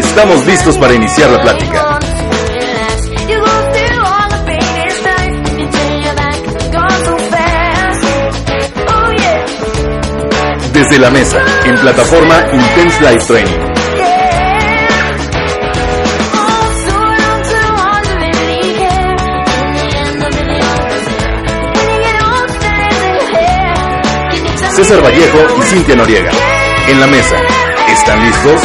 Estamos listos para iniciar la plática. Desde la mesa, en plataforma Intense Live Training. César Vallejo y Cintia Noriega. En la mesa. ¿Están listos?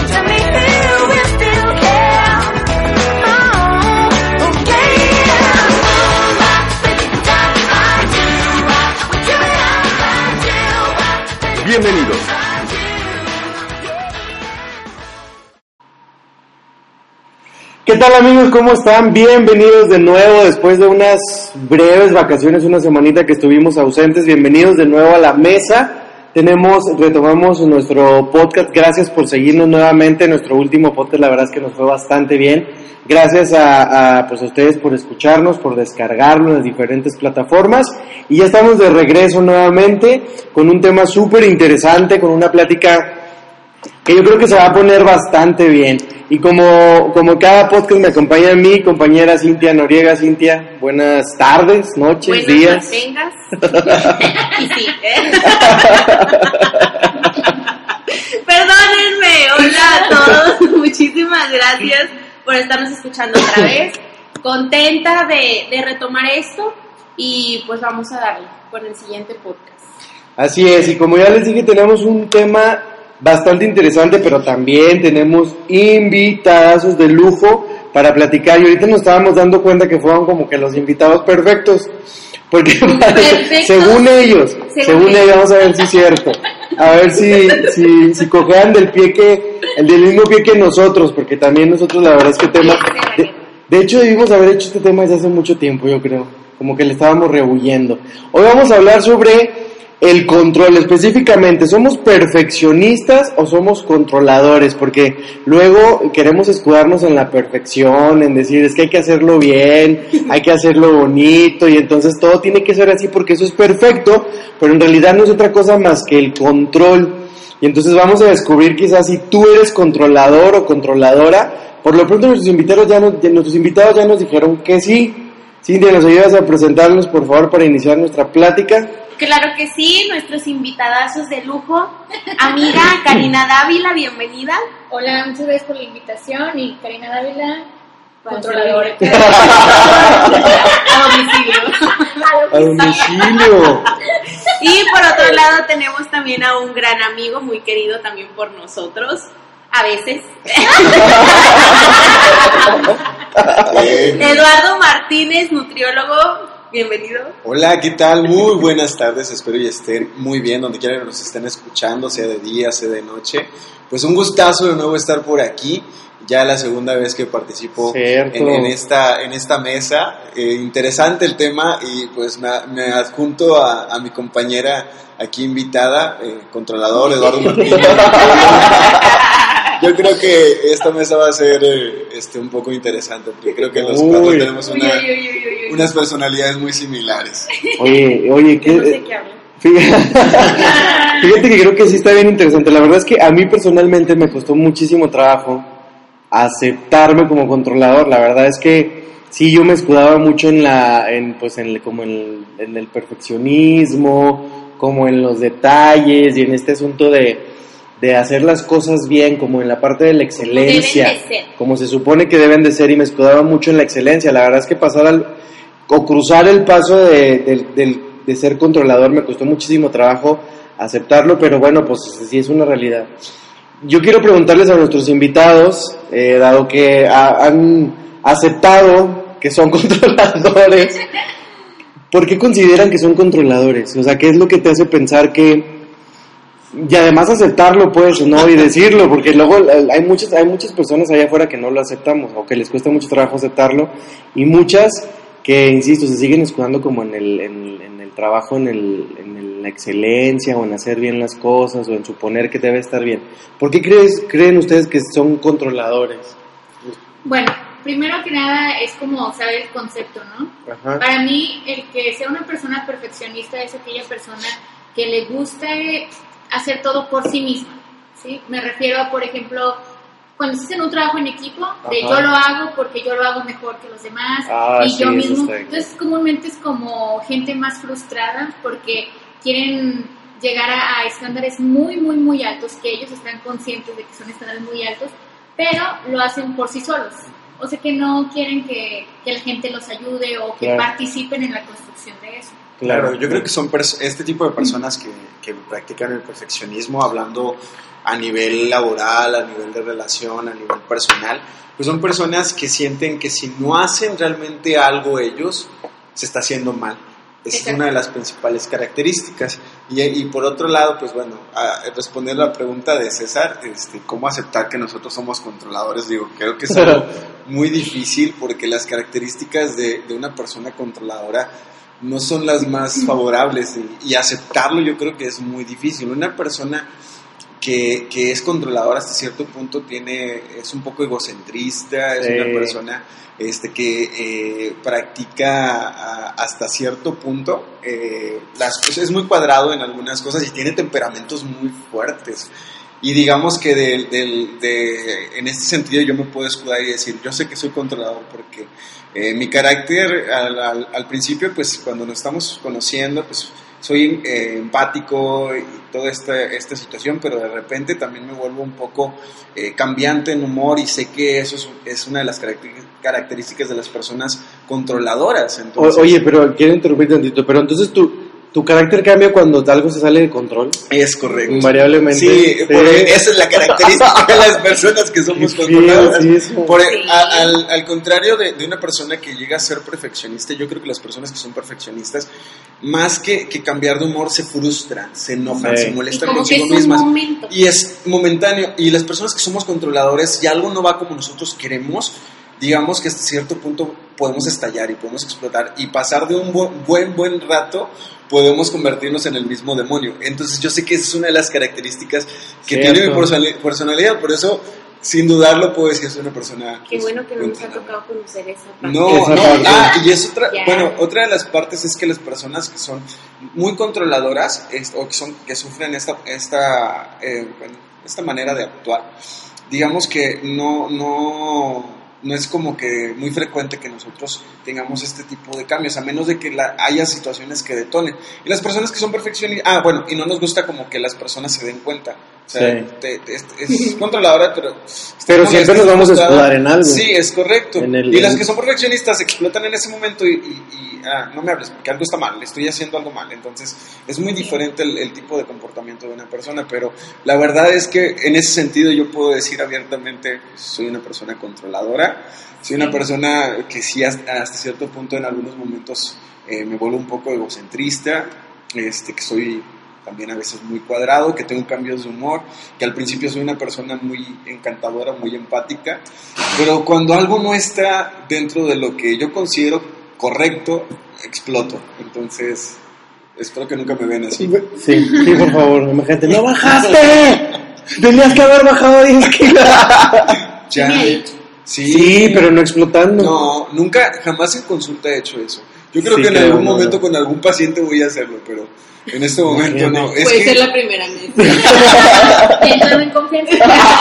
Bienvenidos. ¿Qué tal, amigos? ¿Cómo están? Bienvenidos de nuevo después de unas breves vacaciones, una semanita que estuvimos ausentes. Bienvenidos de nuevo a la mesa. Retomamos nuestro podcast. Gracias por seguirnos nuevamente. Nuestro último podcast, la verdad es que nos fue bastante bien. Gracias a ustedes por escucharnos, por descargarlo en las diferentes plataformas. Y ya estamos de regreso nuevamente con un tema súper interesante, con una plática que yo creo que se va a poner bastante bien. Y como cada podcast me acompaña mi compañera Cintia Noriega. Cintia, buenas tardes, noches, buenas días. Buenas y sí, Perdónenme, hola a todos, muchísimas gracias por estarnos escuchando otra vez. Contenta de retomar esto y pues vamos a darle con el siguiente podcast. Así es, y como ya les dije, tenemos un tema bastante interesante, pero también tenemos invitadazos de lujo para platicar. Y ahorita nos estábamos dando cuenta que fueron como que los invitados perfectos, porque según ellos, vamos a ver si es cierto, a ver si cojean del mismo pie que nosotros, porque también nosotros la verdad es que de hecho debimos haber hecho este tema desde hace mucho tiempo, yo creo, como que le estábamos rehuyendo. Hoy vamos a hablar sobre el control, específicamente, ¿somos perfeccionistas o somos controladores? Porque luego queremos escudarnos en la perfección, en decir, es que hay que hacerlo bien, hay que hacerlo bonito, y entonces todo tiene que ser así porque eso es perfecto, pero en realidad no es otra cosa más que el control. Y entonces vamos a descubrir quizás si tú eres controlador o controladora. Por lo pronto nuestros invitados ya nos dijeron que sí. Cintia, ¿nos ayudas a presentarnos, por favor, para iniciar nuestra plática? Claro que sí, nuestros invitadazos de lujo. Amiga Karina Dávila, bienvenida. Hola, muchas gracias por la invitación. Y Karina Dávila, controladora. A domicilio. Y por otro lado tenemos también a un gran amigo, muy querido también por nosotros, a veces. Eduardo Martínez, nutriólogo. Bienvenido. Hola, ¿qué tal? Muy buenas tardes, espero y estén muy bien donde quiera que nos estén escuchando, sea de día, sea de noche. Pues un gustazo de nuevo estar por aquí, ya la segunda vez que participo en esta mesa. Interesante el tema y pues me adjunto a mi compañera aquí invitada, controlador Eduardo Martínez. Yo creo que esta mesa va a ser un poco interesante, porque creo que los cuatro tenemos unas personalidades muy similares. Oye, ¿qué? No sé qué hablo. Fíjate que creo que sí está bien interesante. La verdad es que a mí personalmente me costó muchísimo trabajo aceptarme como controlador. La verdad es que sí, yo me escudaba mucho en el perfeccionismo, como en los detalles y en este asunto de hacer las cosas bien, como en la parte de la excelencia, como se supone que deben de ser, y me escudaba mucho en la excelencia. La verdad es que cruzar el paso de ser controlador me costó muchísimo trabajo aceptarlo, pero bueno, pues sí es una realidad. Yo quiero preguntarles a nuestros invitados, dado que han aceptado que son controladores, ¿por qué consideran que son controladores? O sea, ¿qué es lo que te hace pensar que... Y además aceptarlo, pues, ¿no? Y decirlo, porque luego hay muchas personas allá afuera que no lo aceptamos, o que les cuesta mucho trabajo aceptarlo, y muchas que, insisto, se siguen escudando como en el trabajo, en la excelencia, o en hacer bien las cosas, o en suponer que debe estar bien. ¿Por qué creen ustedes que son controladores? Bueno, primero que nada es como saber el concepto, ¿no? Ajá. Para mí, el que sea una persona perfeccionista es aquella persona que le gusta hacer todo por sí misma, ¿sí? Me refiero a, por ejemplo, cuando se hace un trabajo en equipo, de Ajá. yo lo hago porque yo lo hago mejor que los demás, y sí, yo eso mismo. está bien. Entonces, comúnmente es como gente más frustrada porque quieren llegar a estándares muy, muy, muy altos, que ellos están conscientes de que son estándares muy altos, pero lo hacen por sí solos. O sea, que no quieren que la gente los ayude o que Claro. participen en la construcción de eso. Claro, yo creo que son este tipo de personas que practican el perfeccionismo, hablando a nivel laboral, a nivel de relación, a nivel personal, pues son personas que sienten que si no hacen realmente algo ellos, se está haciendo mal. Esa es una de las principales características. Y por otro lado, pues bueno, respondiendo a la pregunta de César, ¿cómo aceptar que nosotros somos controladores? Digo, creo que es algo muy difícil porque las características de una persona controladora no son las más favorables y aceptarlo yo creo que es muy difícil. Una persona que es controladora hasta cierto punto es un poco egocentrista, es una persona que practica hasta cierto punto las cosas, es muy cuadrado en algunas cosas y tiene temperamentos muy fuertes. Y digamos que en este sentido yo me puedo escudar y decir, yo sé que soy controlador porque mi carácter al principio, pues cuando nos estamos conociendo, pues soy empático y toda esta situación, pero de repente también me vuelvo un poco cambiante en humor y sé que eso es una de las características de las personas controladoras. Entonces, Oye, pero quiero interrumpir tantito, pero entonces tu carácter cambia cuando algo se sale de control. es correcto. Invariablemente. Sí, esa es la característica de las personas que somos controladoras. Al contrario de una persona que llega a ser perfeccionista, yo creo que las personas que son perfeccionistas, más que cambiar de humor, se frustran, se enojan, se molestan consigo mismas. Y es momentáneo. Y las personas que somos controladores, si algo no va como nosotros queremos, digamos que hasta cierto punto podemos estallar y podemos explotar y pasar de un buen rato podemos convertirnos en el mismo demonio. Entonces yo sé que esa es una de las características que tiene mi personalidad, por eso sin dudarlo puedo decir que soy una persona. Qué bueno que no nos ha tocado conocer esa parte. Y es otra de las partes es que las personas que son muy controladoras o que sufren esta manera de actuar, digamos que no es como que muy frecuente que nosotros tengamos este tipo de cambios, a menos de que haya situaciones que detonen. Y las personas que son perfeccionistas, y no nos gusta como que las personas se den cuenta. O sea, es controladora, pero siempre nos vamos a escudar en algo. Sí, es correcto. Y las que son perfeccionistas explotan en ese momento y no me hables, porque algo está mal, estoy haciendo algo mal. Entonces, es muy diferente el tipo de comportamiento de una persona, pero la verdad es que en ese sentido yo puedo decir abiertamente, soy una persona controladora, soy una persona que sí hasta cierto punto en algunos momentos me vuelvo un poco egocentrista, que soy también a veces muy cuadrado, que tengo cambios de humor, que al principio soy una persona muy encantadora, muy empática, pero cuando algo no está dentro de lo que yo considero correcto, exploto. Entonces, espero que nunca me vean así. Sí, por favor, imagínate, ¡no bajaste! Tenías que haber bajado 10 kilos. Ya. Sí, pero no explotando. No, nunca, jamás en consulta he hecho eso. Yo creo que en algún momento con algún paciente voy a hacerlo, pero en este momento no. Puede ser la primera vez. Entrando en confianza.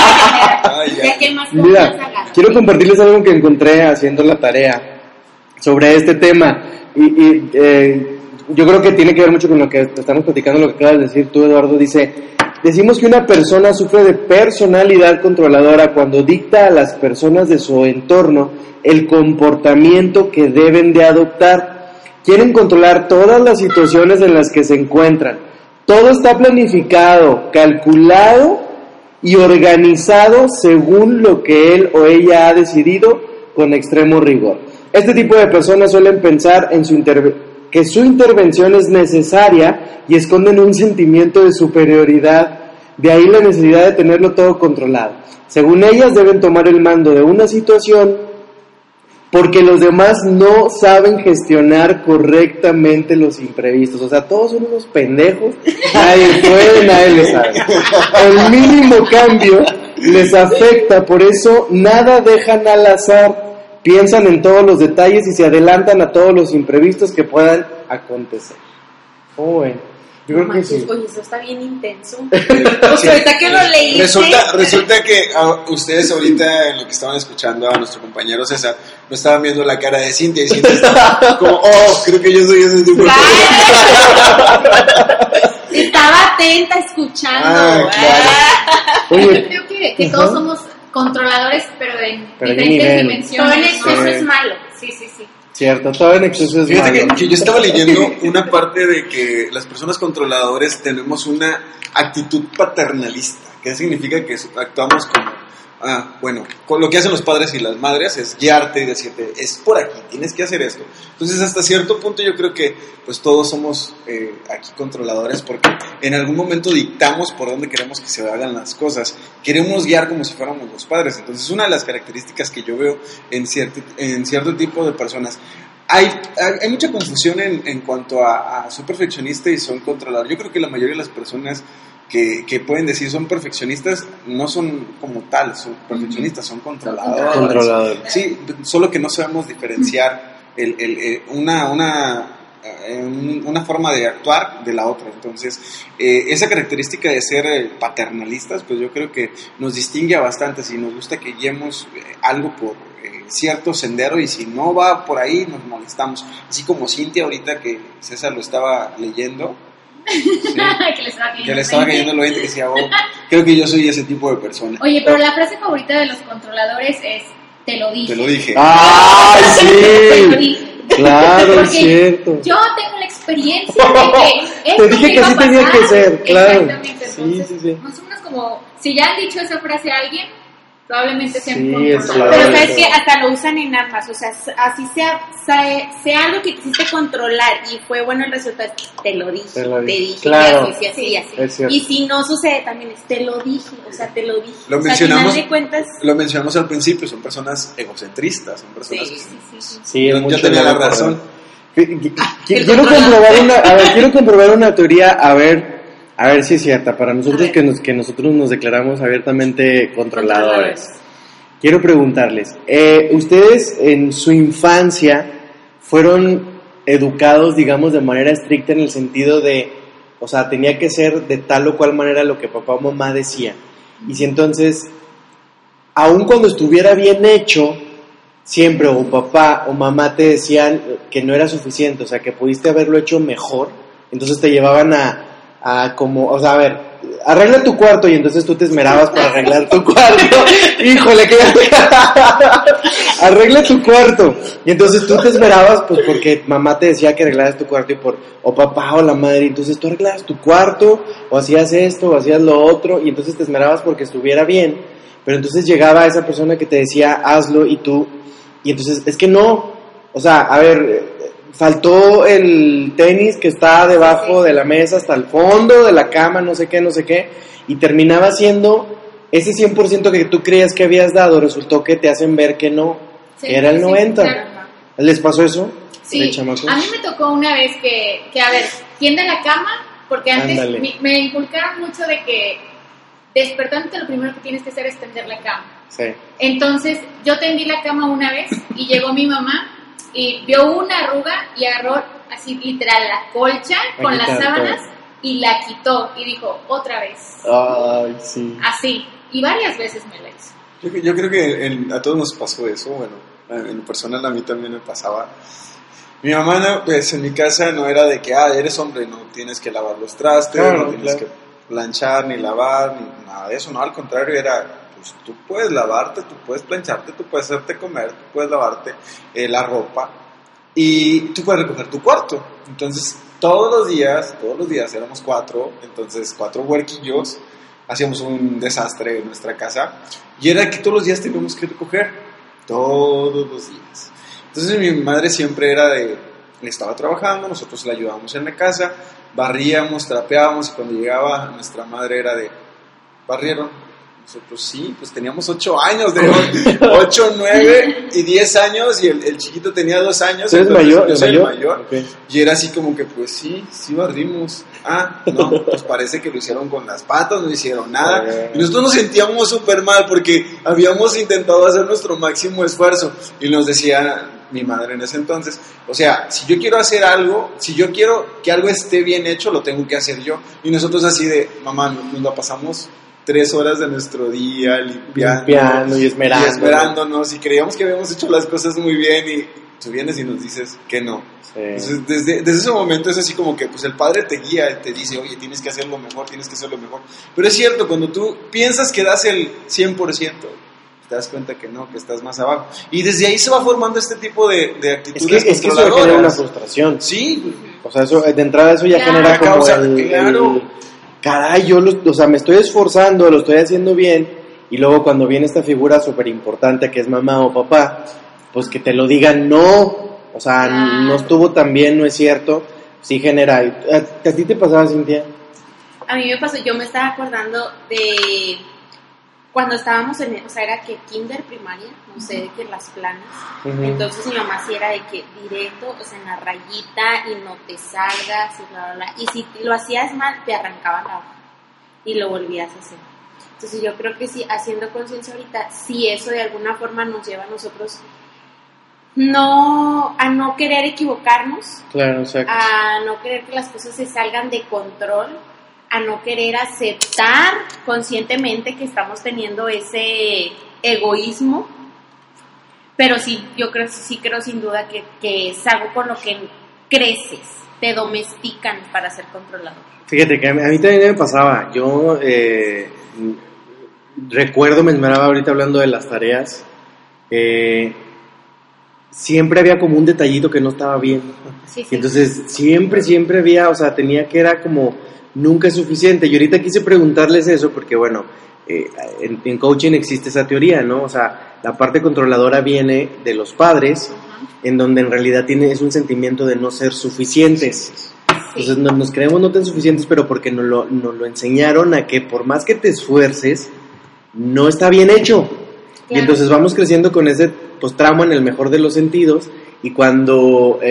Ya que más Mira, quiero compartirles algo que encontré haciendo la tarea sobre este tema. Y yo creo que tiene que ver mucho con lo que estamos platicando, lo que acabas de decir tú, Eduardo. Decimos que una persona sufre de personalidad controladora cuando dicta a las personas de su entorno el comportamiento que deben de adoptar. Quieren controlar todas las situaciones en las que se encuentran. Todo está planificado, calculado y organizado según lo que él o ella ha decidido con extremo rigor. Este tipo de personas suelen pensar en que su intervención es necesaria y esconden un sentimiento de superioridad. De ahí la necesidad de tenerlo todo controlado. Según ellas, deben tomar el mando de una situación porque los demás no saben gestionar correctamente los imprevistos. O sea, todos son unos pendejos, nadie puede, nadie les sabe. El mínimo cambio les afecta, por eso nada dejan al azar, piensan en todos los detalles y se adelantan a todos los imprevistos que puedan acontecer. Yo creo que sí. Oye, eso está bien intenso. Porque ahorita que lo leí. Resulta que ustedes ahorita en lo que estaban escuchando a nuestro compañero César, no estaban viendo la cara de Cintia y Cintia estaba como, creo que yo soy ese tipo de Estaba atenta escuchando. Claro. Oye, Yo creo que todos somos controladores, pero en diferentes dimensiones. Todo en exceso es malo. Sí. cierto, todo en exceso es Fíjate malo. que yo estaba leyendo una parte de que las personas controladores tenemos una actitud paternalista, que significa que actuamos como, con lo que hacen los padres y las madres es guiarte y decirte, es por aquí, tienes que hacer esto. Entonces hasta cierto punto yo creo que pues todos somos aquí controladores, porque en algún momento dictamos por dónde queremos que se hagan las cosas, queremos guiar como si fuéramos los padres. Entonces una de las características que yo veo en cierto tipo de personas, hay mucha confusión en cuanto a soy perfeccionista y soy controlador. Yo creo que la mayoría de las personas que pueden decir son perfeccionistas no son como tal, son perfeccionistas, son controladores. Sí, solo que no sabemos diferenciar una forma de actuar de la otra. Entonces, esa característica de ser paternalistas, pues yo creo que nos distingue bastante. Si nos gusta que guiemos algo por cierto sendero y si no va por ahí nos molestamos. Así como Cintia ahorita que César lo estaba leyendo. Sí, que le estaba cayendo el 20, que decía, creo que yo soy ese tipo de persona. Oye, pero la frase favorita de los controladores es te lo dije. ¡Ay, sí! Te lo dije. Claro, es cierto. Yo tengo la experiencia de que esto te dije que así tenía que ser, claro. Exactamente, entonces, sí. más o menos como si ya han dicho esa frase a alguien, probablemente sean controladores. Pero sabes que hasta lo usan en armas, o sea, así sea algo que quisiste controlar y fue bueno el resultado, te lo dije, te dije, claro. y así. Y si no sucede también es te lo dije, o sea, te lo dije. Lo o sea, mencionamos, al final de cuentas, lo mencionamos al principio, son personas egocentristas, son personas Sí, yo tenía la razón. Quiero comprobar una teoría, a ver si es cierta, para nosotros que nosotros nos declaramos abiertamente controladores. Quiero preguntarles, ¿ustedes en su infancia fueron educados, digamos, de manera estricta en el sentido de, o sea, tenía que ser de tal o cual manera lo que papá o mamá decía? Y si entonces, aun cuando estuviera bien hecho, siempre o papá o mamá te decían que no era suficiente, o sea, que pudiste haberlo hecho mejor, entonces te llevaban a como, o sea, a ver, arregla tu cuarto, y entonces tú te esmerabas para arreglar tu cuarto. Híjole, que arregla tu cuarto, y entonces tú te esmerabas pues porque mamá te decía que arreglaras tu cuarto, o papá o la madre, entonces tú arreglabas tu cuarto, o hacías esto, o hacías lo otro, y entonces te esmerabas porque estuviera bien. Pero entonces llegaba esa persona que te decía hazlo, y entonces es que no, o sea, a ver, faltó el tenis que está debajo de la mesa hasta el fondo de la cama, no sé qué, y terminaba siendo ese 100% que tú creías que habías dado, resultó que te hacen ver que no, que era el 90%. Claro. ¿Les pasó eso? Sí, a mí me tocó una vez que a ver, tiende la cama, porque antes me inculcaron mucho de que despertándote lo primero que tienes que hacer es tender la cama. Sí. Entonces yo tendí la cama una vez y llegó mi mamá y vio una arruga y agarró así literal la colcha con las sábanas y la quitó y dijo, otra vez. Ay, sí. Así, y varias veces me la hizo. Yo creo que a todos nos pasó eso, bueno, en lo personal a mí también me pasaba. Mi mamá, pues en mi casa no era de que, eres hombre, no tienes que lavar los trastes, no tienes que planchar ni lavar, ni nada de eso, no, al contrario era... Pues tú puedes lavarte, tú puedes plancharte, tú puedes hacerte comer, tú puedes lavarte la ropa y tú puedes recoger tu cuarto. Entonces todos los días éramos 4, entonces 4 huerquillos, hacíamos un desastre en nuestra casa y era que todos los días teníamos que recoger, todos los días. Entonces mi madre siempre era estaba trabajando, nosotros la ayudábamos en la casa, barríamos, trapeábamos, y cuando llegaba nuestra madre era de, ¿barrieron? Nosotros sí, pues teníamos 8 años, 8, 9 y 10 años, y el chiquito tenía 2 años. ¿Eres mayor? Yo soy el mayor. Okay. Y era así como que, pues sí barrimos. No, pues parece que lo hicieron con las patas, no hicieron nada. Y nosotros nos sentíamos súper mal porque habíamos intentado hacer nuestro máximo esfuerzo. Y nos decía mi madre en ese entonces, o sea, si yo quiero hacer algo, si yo quiero que algo esté bien hecho, lo tengo que hacer yo. Y nosotros así de, mamá, nos la pasamos 3 horas de nuestro día limpiando y esmerándonos, y creíamos que habíamos hecho las cosas muy bien, y tú vienes y nos dices que no. Sí. Entonces, desde ese momento es así como que pues el padre te guía, te dice, oye, tienes que hacerlo mejor. Pero es cierto, cuando tú piensas que das el 100%, te das cuenta que no, que estás más abajo. Y desde ahí se va formando este tipo de actitudes es que eso genera una frustración. Sí. O sea, eso, de entrada eso ya genera como caray, yo me estoy esforzando, lo estoy haciendo bien, y luego cuando viene esta figura súper importante que es mamá o papá, pues que te lo digan no, o sea, no estuvo tan bien, no es cierto, sí genera. ¿A ti te pasaba, Cintia? A mí me pasó, yo me estaba acordando de cuando estábamos era que kinder, primaria, no sé, de que las planas, entonces mi mamá sí era de que directo, o sea, en la rayita, y no te salgas, y bla, bla, bla, y si lo hacías mal, te arrancaban la hoja, y lo volvías a hacer. Entonces yo creo que sí, haciendo conciencia ahorita, sí eso de alguna forma nos lleva a nosotros a no querer equivocarnos, claro, exacto, a no querer que las cosas se salgan de control, a no querer aceptar conscientemente que estamos teniendo ese egoísmo, pero sí, yo creo sin duda que es algo con lo que creces, te domestican para ser controlador. Fíjate que a mí también me pasaba, yo recuerdo, me esmeraba ahorita hablando de las tareas, siempre había como un detallito que no estaba bien, sí. Entonces siempre había, o sea, era como nunca es suficiente. Y ahorita quise preguntarles eso porque, bueno, en coaching existe esa teoría, ¿no? O sea, la parte controladora viene de los padres, en donde en realidad es un sentimiento de no ser suficientes. Entonces nos creemos no tan suficientes, pero porque nos lo enseñaron a que por más que te esfuerces, no está bien hecho. Claro. Y entonces vamos creciendo con ese trauma en el mejor de los sentidos, y cuando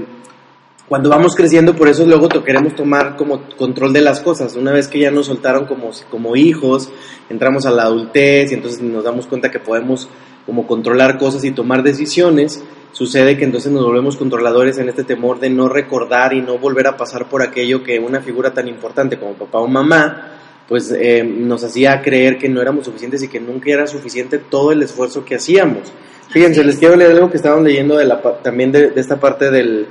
vamos creciendo, por eso luego queremos tomar como control de las cosas. Una vez que ya nos soltaron como hijos, entramos a la adultez y entonces nos damos cuenta que podemos como controlar cosas y tomar decisiones. Sucede que entonces nos volvemos controladores en este temor de no recordar y no volver a pasar por aquello que una figura tan importante como papá o mamá pues nos hacía creer que no éramos suficientes y que nunca era suficiente todo el esfuerzo que hacíamos. Fíjense, les quiero leer algo que estaban leyendo también de esta parte del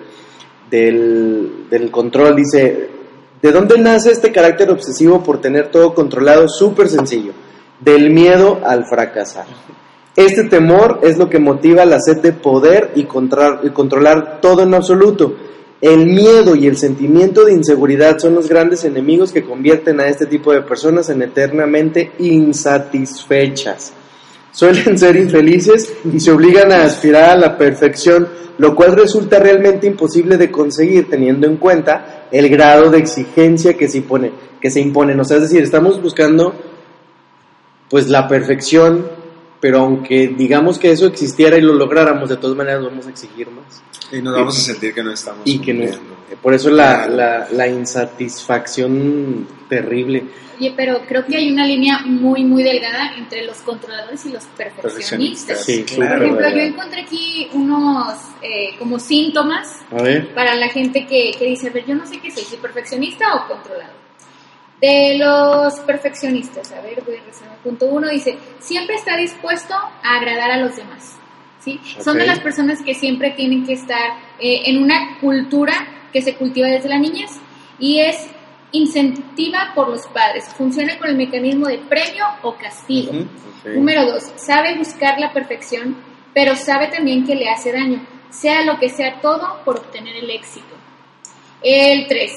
control. Dice, ¿de dónde nace este carácter obsesivo por tener todo controlado? Súper sencillo, del miedo al fracasar. Este temor es lo que motiva la sed de poder y controlar todo en absoluto. El miedo y el sentimiento de inseguridad son los grandes enemigos que convierten a este tipo de personas en eternamente insatisfechas. Suelen ser infelices y se obligan a aspirar a la perfección, lo cual resulta realmente imposible de conseguir teniendo en cuenta el grado de exigencia que se imponen. O sea, es decir, estamos buscando pues la perfección, pero aunque digamos que eso existiera y lo lográramos, de todas maneras vamos a exigir más. Y nos vamos a sentir que no estamos cumpliendo. Por eso la insatisfacción terrible. Oye, pero creo que hay una línea muy, muy delgada entre los controladores y los perfeccionistas. Sí, por ejemplo, yo encontré aquí unos como síntomas para la gente que dice, a ver, yo no sé qué soy, si perfeccionista o controlador. De los perfeccionistas, a ver, voy a resolver. Punto 1 dice, siempre está dispuesto a agradar a los demás. ¿Sí? Okay. Son de las personas que siempre tienen que estar en una cultura que se cultiva desde la niñez y es incentiva por los padres. Funciona con el mecanismo de premio o castigo. Okay. Número 2, sabe buscar la perfección, pero sabe también que le hace daño, sea lo que sea, todo por obtener el éxito. El 3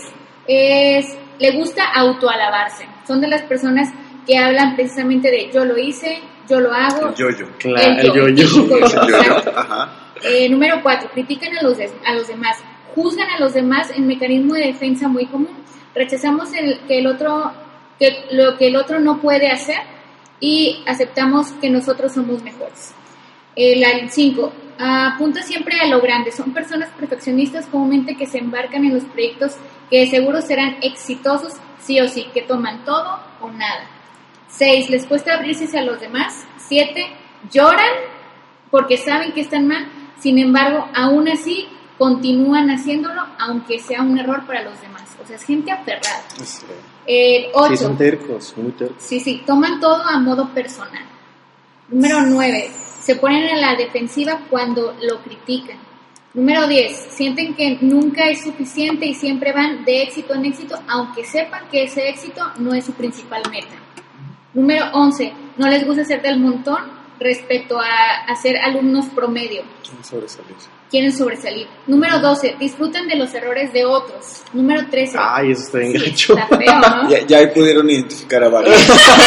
le gusta autoalabarse. Son de las personas que hablan precisamente de yo lo hice, yo lo hago. El yo-yo. Claro, el yo-yo. Número 4, critican a los demás, juzgan a los demás en mecanismo de defensa muy común. Rechazamos lo que el otro no puede hacer y aceptamos que nosotros somos mejores. El 5, apunta siempre a lo grande. Son personas perfeccionistas comúnmente que se embarcan en los proyectos que de seguro serán exitosos sí o sí, que toman todo o nada. 6, les cuesta abrirse a los demás. 7, lloran porque saben que están mal, sin embargo, aún así continúan haciéndolo, aunque sea un error para los demás. O sea, es gente aferrada. 8, sí, son tercos, muy tercos. Sí, toman todo a modo personal. Número 9, se ponen a la defensiva cuando lo critican. Número 10, sienten que nunca es suficiente y siempre van de éxito en éxito, aunque sepan que ese éxito no es su principal meta. Número 11, no les gusta ser del montón respecto a ser alumnos promedio. Quieren sobresalir. Número 12, disfrutan de los errores de otros. Número 13. Ay, eso está bien gacho. Está feo, ¿no? Ya ahí pudieron identificar a varios.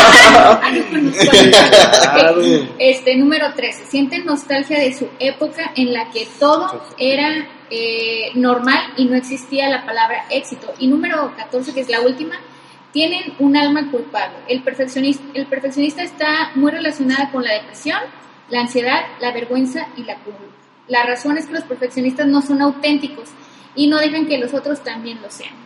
Claro. Número 13, sienten nostalgia de su época en la que todo era normal y no existía la palabra éxito. Y número 14, que es la última, tienen un alma culpable. El perfeccionista está muy relacionada con la depresión, la ansiedad, la vergüenza y la culpa. La razón es que los perfeccionistas no son auténticos y no dejan que los otros también lo sean.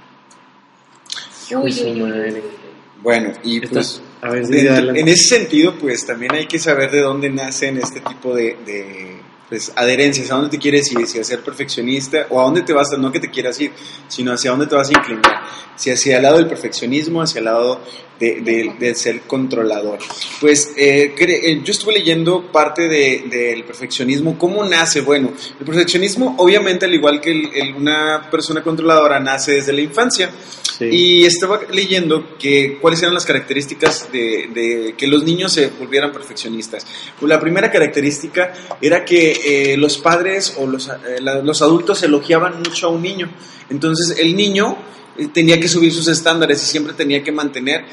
Bueno, y pues a ver, en ese sentido, pues también hay que saber de dónde nacen este tipo de pues, adherencias, a dónde te quieres ir, si a ser perfeccionista o a dónde te vas, no que te quieras ir, sino hacia dónde te vas a inclinar, si hacia el lado del perfeccionismo, hacia el lado de ser controlador. Pues yo estuve leyendo parte del perfeccionismo, ¿cómo nace? Bueno, el perfeccionismo obviamente al igual que una persona controladora nace desde la infancia. Sí. Y estaba leyendo que cuáles eran las características de que los niños se volvieran perfeccionistas. Pues la primera característica era que los padres o los adultos elogiaban mucho a un niño. Entonces el niño tenía que subir sus estándares y siempre tenía que mantener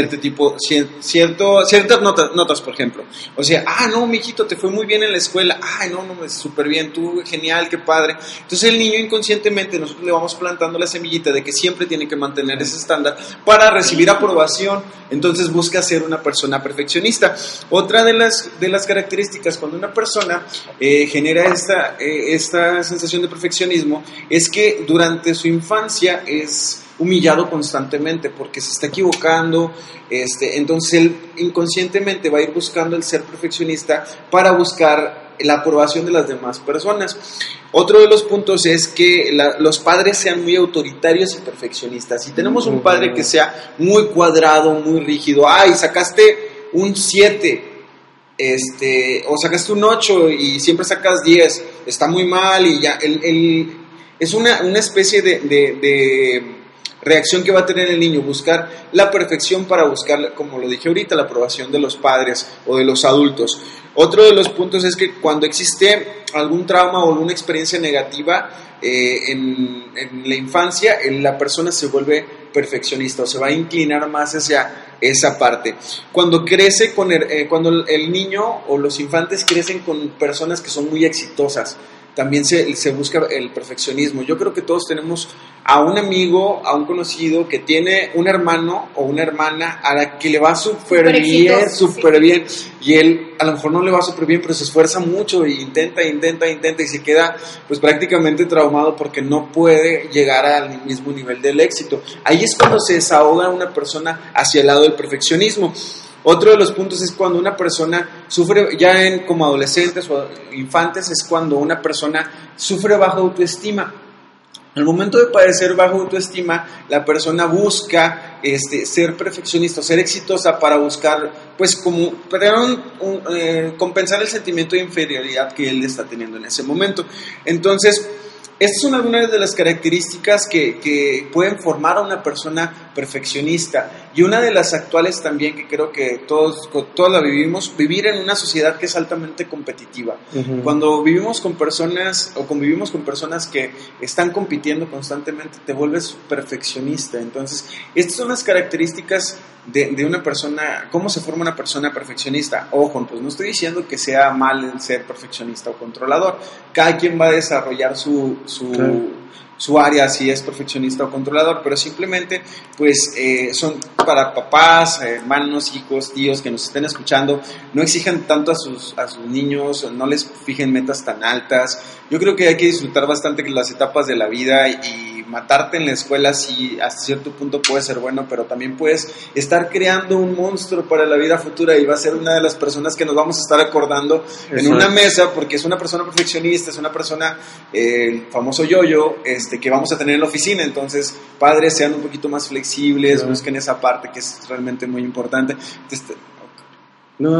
ciertas notas, por ejemplo. O sea, no, mijito, te fue muy bien en la escuela. No, súper bien, tú, genial, qué padre. Entonces el niño inconscientemente, nosotros le vamos plantando la semillita de que siempre tiene que mantener ese estándar para recibir aprobación. Entonces busca ser una persona perfeccionista. Otra de las características cuando una persona genera esta sensación de perfeccionismo es que durante su infancia es humillado constantemente porque se está equivocando, entonces él inconscientemente va a ir buscando el ser perfeccionista para buscar la aprobación de las demás personas. Otro de los puntos es que los padres sean muy autoritarios y perfeccionistas. Si tenemos un padre que sea muy cuadrado, muy rígido, sacaste un 7, o sacaste un 8 y siempre sacas 10, está muy mal y ya, es una especie de reacción que va a tener el niño, buscar la perfección para buscar, como lo dije ahorita, la aprobación de los padres o de los adultos. Otro de los puntos es que cuando existe algún trauma o alguna experiencia negativa en la infancia, la persona se vuelve perfeccionista o se va a inclinar más hacia esa parte. Cuando crece cuando el niño o los infantes crecen con personas que son muy exitosas, también se busca el perfeccionismo. Yo creo que todos tenemos a un amigo, a un conocido que tiene un hermano o una hermana a la que le va súper bien, y él a lo mejor no le va súper bien, pero se esfuerza mucho y intenta y se queda pues prácticamente traumado porque no puede llegar al mismo nivel del éxito. Ahí es cuando se desahoga una persona hacia el lado del perfeccionismo. Otro de los puntos es cuando una persona sufre, ya como adolescentes o infantes, es cuando una persona sufre baja autoestima. Al momento de padecer baja autoestima, la persona busca ser perfeccionista, ser exitosa para buscar, pues, compensar el sentimiento de inferioridad que él está teniendo en ese momento. Entonces, estas son algunas de las características que pueden formar a una persona perfeccionista. Y una de las actuales también, que creo que todos la vivimos, vivir en una sociedad que es altamente competitiva. Uh-huh. Cuando vivimos con personas o convivimos con personas que están compitiendo constantemente, te vuelves perfeccionista. Entonces, estas son las características de una persona, cómo se forma una persona perfeccionista. Ojo, pues no estoy diciendo que sea mal el ser perfeccionista o controlador. Cada quien va a desarrollar su su área, si es perfeccionista o controlador, pero simplemente pues son para papás, hermanos, hijos, tíos que nos estén escuchando, no exijan tanto a sus niños, no les fijen metas tan altas. Yo creo que hay que disfrutar bastante las etapas de la vida y matarte en la escuela sí hasta cierto punto puede ser bueno, pero también puedes estar creando un monstruo para la vida futura y va a ser una de las personas que nos vamos a estar acordando en una mesa, porque es una persona perfeccionista, es una persona, el famoso yo-yo, que vamos a tener en la oficina. Entonces, padres, sean un poquito más flexibles, busquen esa parte que es realmente muy importante. No,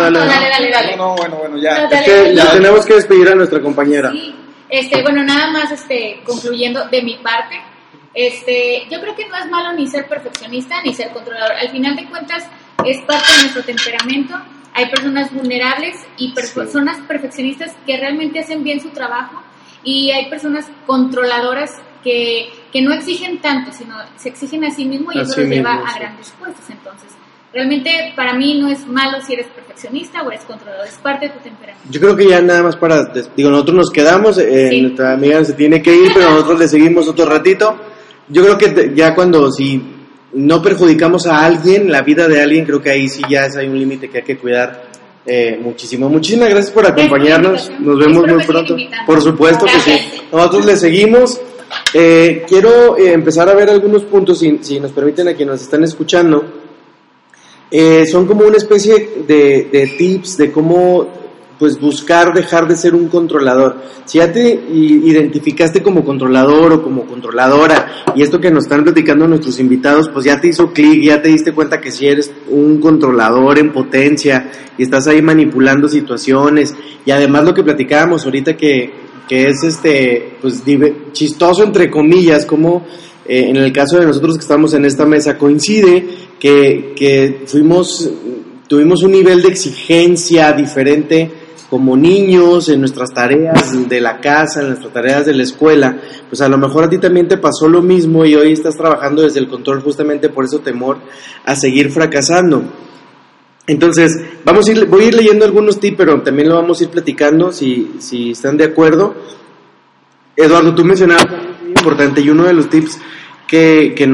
bueno, ya. Es que ya tenemos que despedir a nuestra compañera. Sí. Bueno, nada más concluyendo de mi parte, yo creo que no es malo ni ser perfeccionista ni ser controlador. Al final de cuentas es parte de nuestro temperamento. Hay personas vulnerables y personas perfeccionistas que realmente hacen bien su trabajo, y hay personas controladoras que no exigen tanto, sino se exigen a sí mismos, y eso los lleva a grandes puestos. Entonces, realmente para mí no es malo si eres perfeccionista o eres controlador, es parte de tu temperamento. Yo creo que ya nada más nosotros nos quedamos, nuestra amiga se tiene que ir, pero nosotros le seguimos otro ratito. Yo creo que ya si no perjudicamos a alguien, la vida de alguien, creo que ahí sí ya hay un límite que hay que cuidar muchísimo. Muchísimas gracias por acompañarnos, nos vemos muy pronto. Por supuesto que sí, nosotros le seguimos. Quiero empezar a ver algunos puntos, si nos permiten, a quienes nos están escuchando. Son como una especie de tips de cómo pues buscar dejar de ser un controlador. Si ya te identificaste como controlador o como controladora, y esto que nos están platicando nuestros invitados, pues ya te hizo clic, ya te diste cuenta que si eres un controlador en potencia y estás ahí manipulando situaciones, y además lo que platicábamos ahorita que es pues chistoso entre comillas, como en el caso de nosotros que estamos en esta mesa coincide que tuvimos un nivel de exigencia diferente como niños en nuestras tareas de la casa, en nuestras tareas de la escuela. Pues a lo mejor a ti también te pasó lo mismo y hoy estás trabajando desde el control justamente por ese temor a seguir fracasando. Entonces, voy a ir leyendo algunos tips, pero también lo vamos a ir platicando si están de acuerdo. Eduardo, tú mencionabas algo muy importante, y uno de los tips que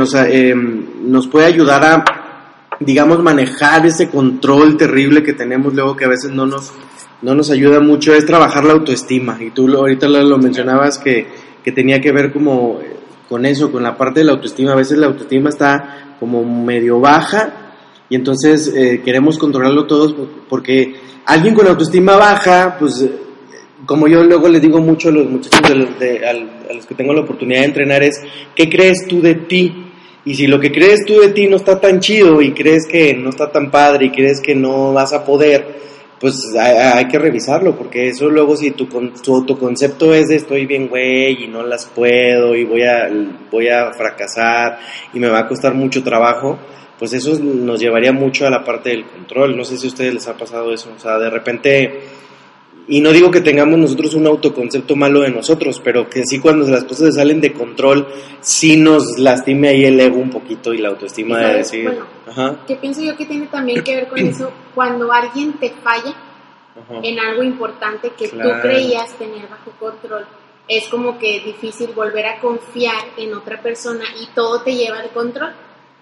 nos puede ayudar a, digamos, manejar ese control terrible que tenemos luego, que a veces no nos ayuda mucho, es trabajar la autoestima. Y tú ahorita lo mencionabas que tenía que ver como con eso, con la parte de la autoestima. A veces la autoestima está como medio baja, y entonces queremos controlarlo todos, porque alguien con la autoestima baja, pues como yo luego les digo mucho a los muchachos a los que tengo la oportunidad de entrenar, es ¿qué crees tú de ti? Y si lo que crees tú de ti no está tan chido, y crees que no está tan padre, y crees que no vas a poder, pues hay que revisarlo, porque eso luego, si tu autoconcepto es de estoy bien güey y no las puedo y voy a fracasar y me va a costar mucho trabajo, pues eso nos llevaría mucho a la parte del control. No sé si a ustedes les ha pasado eso, o sea, de repente, y no digo que tengamos nosotros un autoconcepto malo de nosotros, pero que sí, cuando las cosas salen de control, sí nos lastime ahí el ego un poquito y la autoestima de decir... Bueno, ajá. que pienso yo que tiene también que ver con eso, cuando alguien te falla en algo importante que tú creías tener bajo control, es como que difícil volver a confiar en otra persona y todo te lleva al control.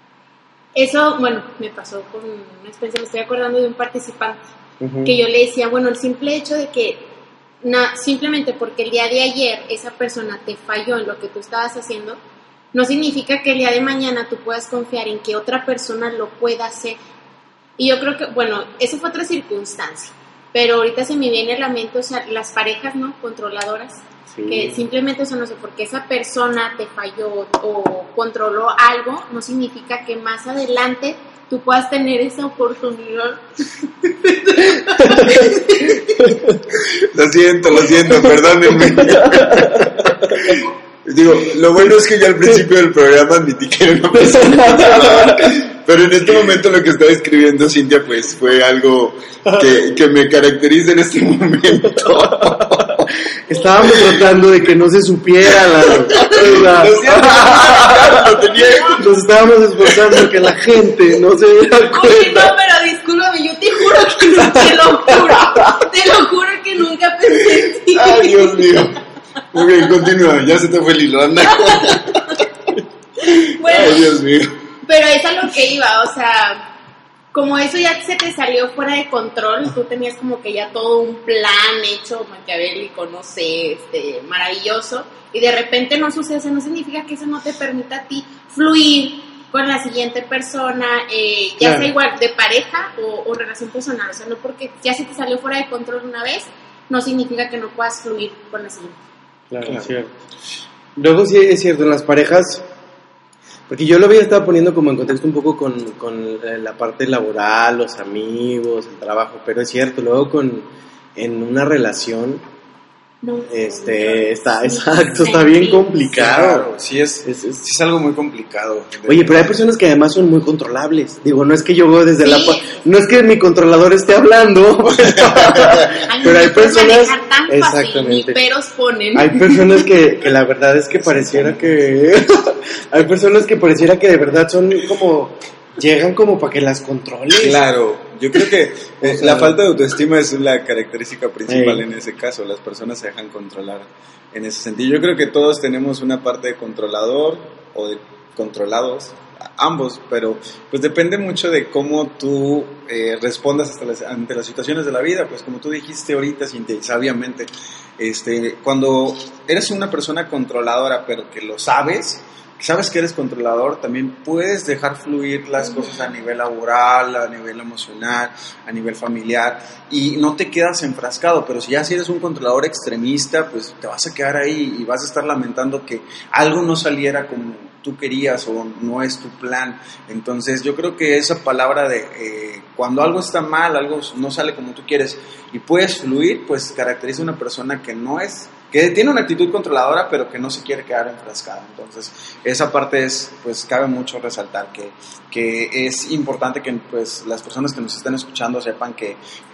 Eso, bueno, me pasó con una experiencia, me estoy acordando de un participante que yo le decía, bueno, el simple hecho de que simplemente porque el día de ayer esa persona te falló en lo que tú estabas haciendo, no significa que el día de mañana tú puedas confiar en que otra persona lo pueda hacer. Y yo creo que, bueno, eso fue otra circunstancia, pero ahorita se me viene a la mente, o sea, las parejas, ¿no?, controladoras, que simplemente, o sea, no sé, porque esa persona te falló o controló algo, no significa que más adelante tú puedas tener esa oportunidad. Lo siento, perdónenme. Digo, lo bueno es que ya al principio del programa admití que era una persona, pero en este momento lo que estaba escribiendo Cintia, pues fue algo que me caracteriza en este momento. Estábamos tratando de que no se supiera nos estábamos esforzando que la gente no se diera cuenta. Oye, no, pero discúlpame, yo te juro que no, te lo juro que nunca pensé en ti. Ay, Dios mío. Muy bien, continúa, ya se te fue el hilo, anda. Bueno, Ay, Dios mío. pero es a lo que iba, o sea, como eso ya se te salió fuera de control, tú tenías como que ya todo un plan hecho, maquiavélico, no sé, maravilloso, y de repente no sucede, eso no significa que eso no te permita a ti fluir con la siguiente persona, ya Claro. sea igual de pareja o relación personal, o sea, no porque ya se te salió fuera de control una vez, no significa que no puedas fluir con la siguiente. Claro, Claro. es cierto. Luego sí es cierto, en las parejas, porque yo lo había estado poniendo como en contexto un poco con la parte laboral, los amigos, el trabajo, pero es cierto, luego en una relación, No, está bien complicado. Claro, sí es algo muy complicado. Oye, pero hay personas que además son muy controlables. Digo, no es que yo desde Sí. no es que mi controlador esté hablando, Ay, pero no hay te puedes personas, manejar tan fácil, exactamente. ni peros ponen. Hay personas que la verdad es que pareciera que hay personas que pareciera que de verdad son como llegan como para que las controles. Claro, yo creo que O sea, la falta de autoestima es la característica principal Ey. en ese caso. Las personas se dejan controlar en ese sentido. Yo creo que todos tenemos una parte de controlador o de controlados, ambos, pero pues depende mucho de cómo tú respondas ante las situaciones de la vida. Pues como tú dijiste ahorita, Cintia, y sabiamente, cuando eres una persona controladora, pero que lo sabes que eres controlador, también puedes dejar fluir las cosas a nivel laboral, a nivel emocional, a nivel familiar, y no te quedas enfrascado. Pero si eres un controlador extremista, pues te vas a quedar ahí y vas a estar lamentando que algo no saliera como tú querías o no es tu plan. Entonces yo creo que esa palabra de cuando algo está mal, algo no sale como tú quieres y puedes fluir, pues caracteriza a una persona que tiene una actitud controladora, pero que no se quiere quedar enfrascada. Entonces, esa parte pues cabe mucho resaltar que es importante que pues las personas que nos estén escuchando sepan que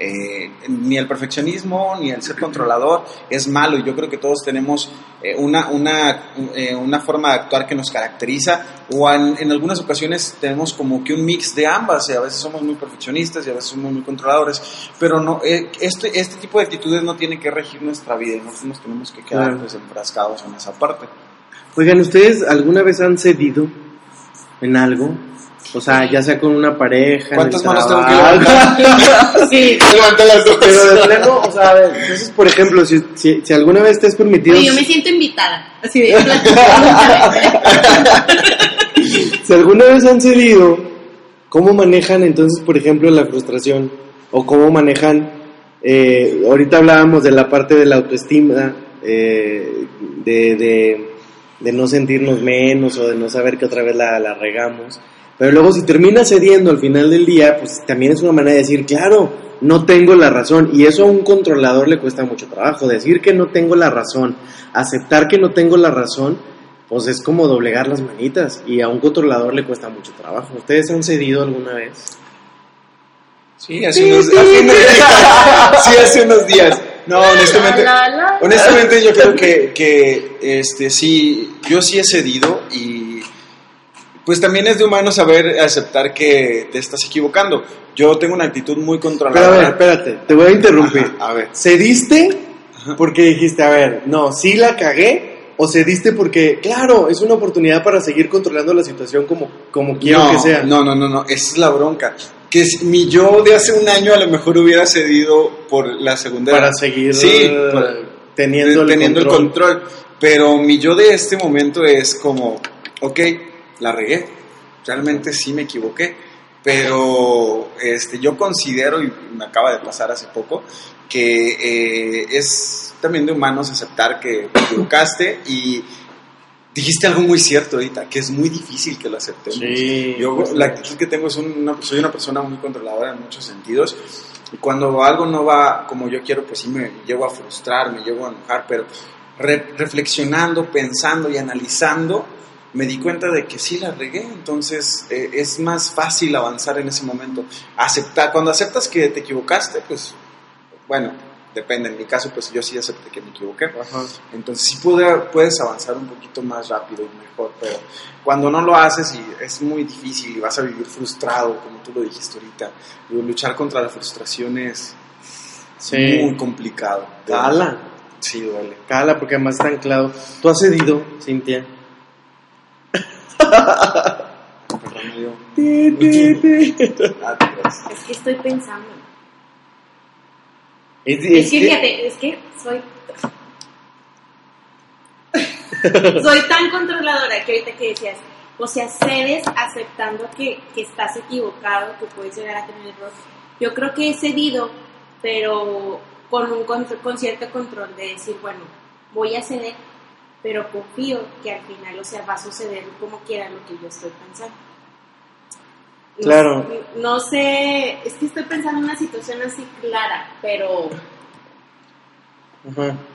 ni el perfeccionismo ni el ser controlador es malo, y yo creo que todos tenemos una forma de actuar que nos caracteriza, o en algunas ocasiones tenemos como que un mix de ambas, y a veces somos muy perfeccionistas y a veces somos muy controladores, pero no, este tipo de actitudes no tienen que regir nuestra vida, y nosotros nos tenemos que quedar Claro. pues enfrascados en esa parte. Oigan, ¿ustedes alguna vez han cedido en algo? O sea, ya sea con una pareja. ¿Cuántas en el manos tengo que trabajo. levantar? Sí. Levanta las dos. Pero de plano, o sea, a ver, entonces, por ejemplo, si alguna vez te has permitido, Oye, yo me siento invitada. Así de si alguna vez han cedido, ¿cómo manejan entonces, por ejemplo, la frustración? O cómo manejan, ahorita hablábamos de la parte de la autoestima, de no sentirnos menos o de no saber que otra vez la regamos. Pero luego si terminas cediendo al final del día, pues también es una manera de decir, claro, no tengo la razón. Y eso a un controlador le cuesta mucho trabajo. Decir que no tengo la razón, aceptar que no tengo la razón, pues es como doblegar las manitas. Y a un controlador le cuesta mucho trabajo. ¿Ustedes han cedido alguna vez? Sí, hace unos días. No, honestamente yo creo que sí, yo sí he cedido, y pues también es de humano saber aceptar que te estás equivocando. Yo tengo una actitud muy Pero a controladora. ver, espérate, te voy a interrumpir. Ajá, a ver. ¿Cediste porque dijiste, a ver, no, sí la cagué? ¿O cediste porque, claro, es una oportunidad para seguir controlando la situación como quiero que sea? No, esa es la bronca. Que mi yo de hace un año a lo mejor hubiera cedido por la segunda. Para seguir teniendo el control. Pero mi yo de este momento es como, ok, la regué, realmente sí me equivoqué, pero yo considero, y me acaba de pasar hace poco, que es también de humanos aceptar que te equivocaste, y dijiste algo muy cierto ahorita, que es muy difícil que lo aceptemos. Sí, Yo pues, la actitud que tengo soy una persona muy controladora en muchos sentidos, y cuando algo no va como yo quiero, pues sí me llevo a frustrar, me llevo a enojar, pero reflexionando, pensando y analizando, me di cuenta de que sí la regué. Entonces es más fácil avanzar en ese momento. Cuando aceptas que te equivocaste, pues bueno, depende. En mi caso, pues yo sí acepté que me equivoqué. Ajá. Entonces sí puedes avanzar un poquito más rápido y mejor, pero cuando no lo haces y es muy difícil y vas a vivir frustrado, como tú lo dijiste ahorita, luchar contra la frustración es muy complicado. ¡Hala! Sí, duele. Cala, porque además está anclado. ¿Tú has cedido, Cintia? Perdón, yo. Es que estoy pensando. Es que fíjate, es que soy tan controladora que ahorita que decías, o sea, cedes aceptando que estás equivocado, que puedes llegar a tener error. Yo creo que he cedido, pero con cierto control de decir, bueno, voy a ceder, pero confío que al final, o sea, va a suceder como quiera lo que yo estoy pensando. Claro. No sé, es que estoy pensando en una situación así clara, pero... Ajá.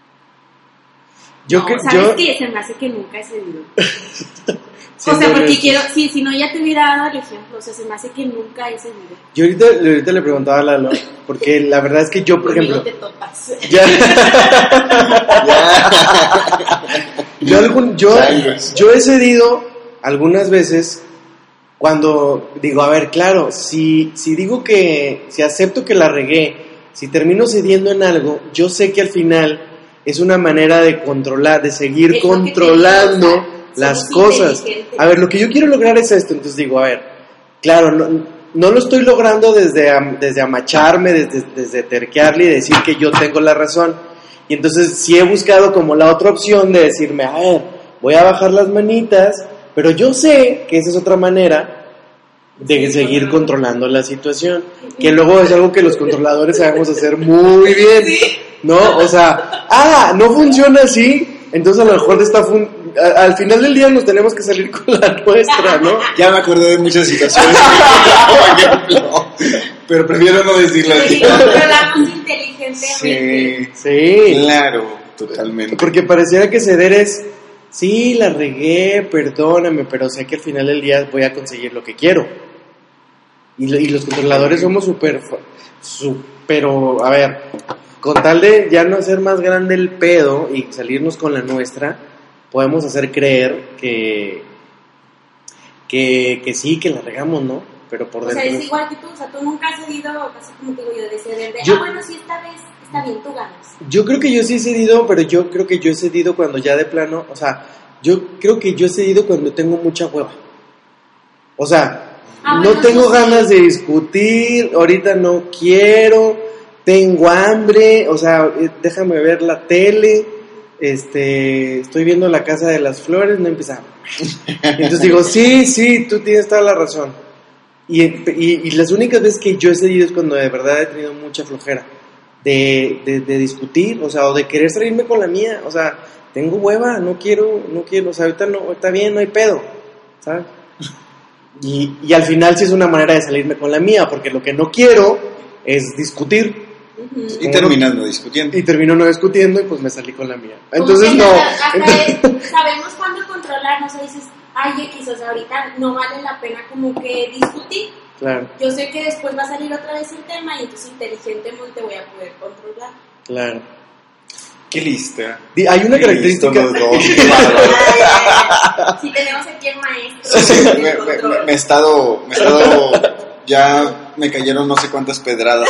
¿Sabes qué? Se me hace que nunca he cedido. O sea, porque quiero... Sí, si no ya te hubiera dado el ejemplo. O sea, se me hace que nunca he cedido. Yo ahorita le preguntaba a Lalo, porque la verdad es que yo, por ejemplo... te topas. Yo he cedido algunas veces... Cuando digo, a ver, claro, si digo que, si acepto que la regué, si termino cediendo en algo, yo sé que al final es una manera de controlar, de seguir controlando las cosas. A ver, lo que yo quiero lograr es esto, entonces digo, a ver, claro, no lo estoy logrando desde amacharme, desde terquearle y decir que yo tengo la razón. Y entonces sí he buscado como la otra opción de decirme, a ver, voy a bajar las manitas, pero yo sé que esa es otra manera de seguir controlando la situación, que luego es algo que los controladores sabemos hacer muy bien, ¿no? O sea, no funciona así, entonces a lo mejor al final del día nos tenemos que salir con la nuestra, ¿no? Ya me acordé de muchas situaciones, por ejemplo, pero prefiero no decirlas. Sí, controlamos inteligentemente. Sí. Claro, totalmente. Porque pareciera que ceder es... Sí, la regué, perdóname, pero sé que al final del día voy a conseguir lo que quiero. Y los controladores somos pero, a ver, con tal de ya no hacer más grande el pedo y salirnos con la nuestra, podemos hacer creer que sí, que la regamos, ¿no? Pero por dentro... O sea, es igual que tú, o sea, tú nunca has cedido, así como te digo yo, de ceder de, bueno, sí, esta vez está bien, tú ganas. Yo creo que yo sí he cedido, pero yo creo que yo he cedido cuando ya de plano, o sea, yo creo que yo he cedido cuando tengo mucha hueva. O sea, no tengo ganas de discutir, ahorita no quiero, tengo hambre, o sea, déjame ver la tele, estoy viendo La Casa de las Flores, no empezamos. Entonces digo, sí, tú tienes toda la razón. Y las únicas veces que yo he cedido es cuando de verdad he tenido mucha flojera de discutir, o sea, o de querer salirme con la mía, o sea, tengo hueva, no quiero, o sea, ahorita no, está bien, no hay pedo, ¿sabes? Y al final sí es una manera de salirme con la mía, porque lo que no quiero es discutir. Y terminas no discutiendo. Y termino no discutiendo y pues me salí con la mía. Entonces no. Sabemos cuándo controlarnos, o sea, dices, ay, X, o sea, ahorita no vale la pena como que discutir. Claro. Yo sé que después va a salir otra vez el tema y entonces inteligentemente voy a poder controlar. Claro. Qué lista. Hay una característica. Si tenemos aquí el maestro. Me he estado. Ya me cayeron no sé cuántas pedradas.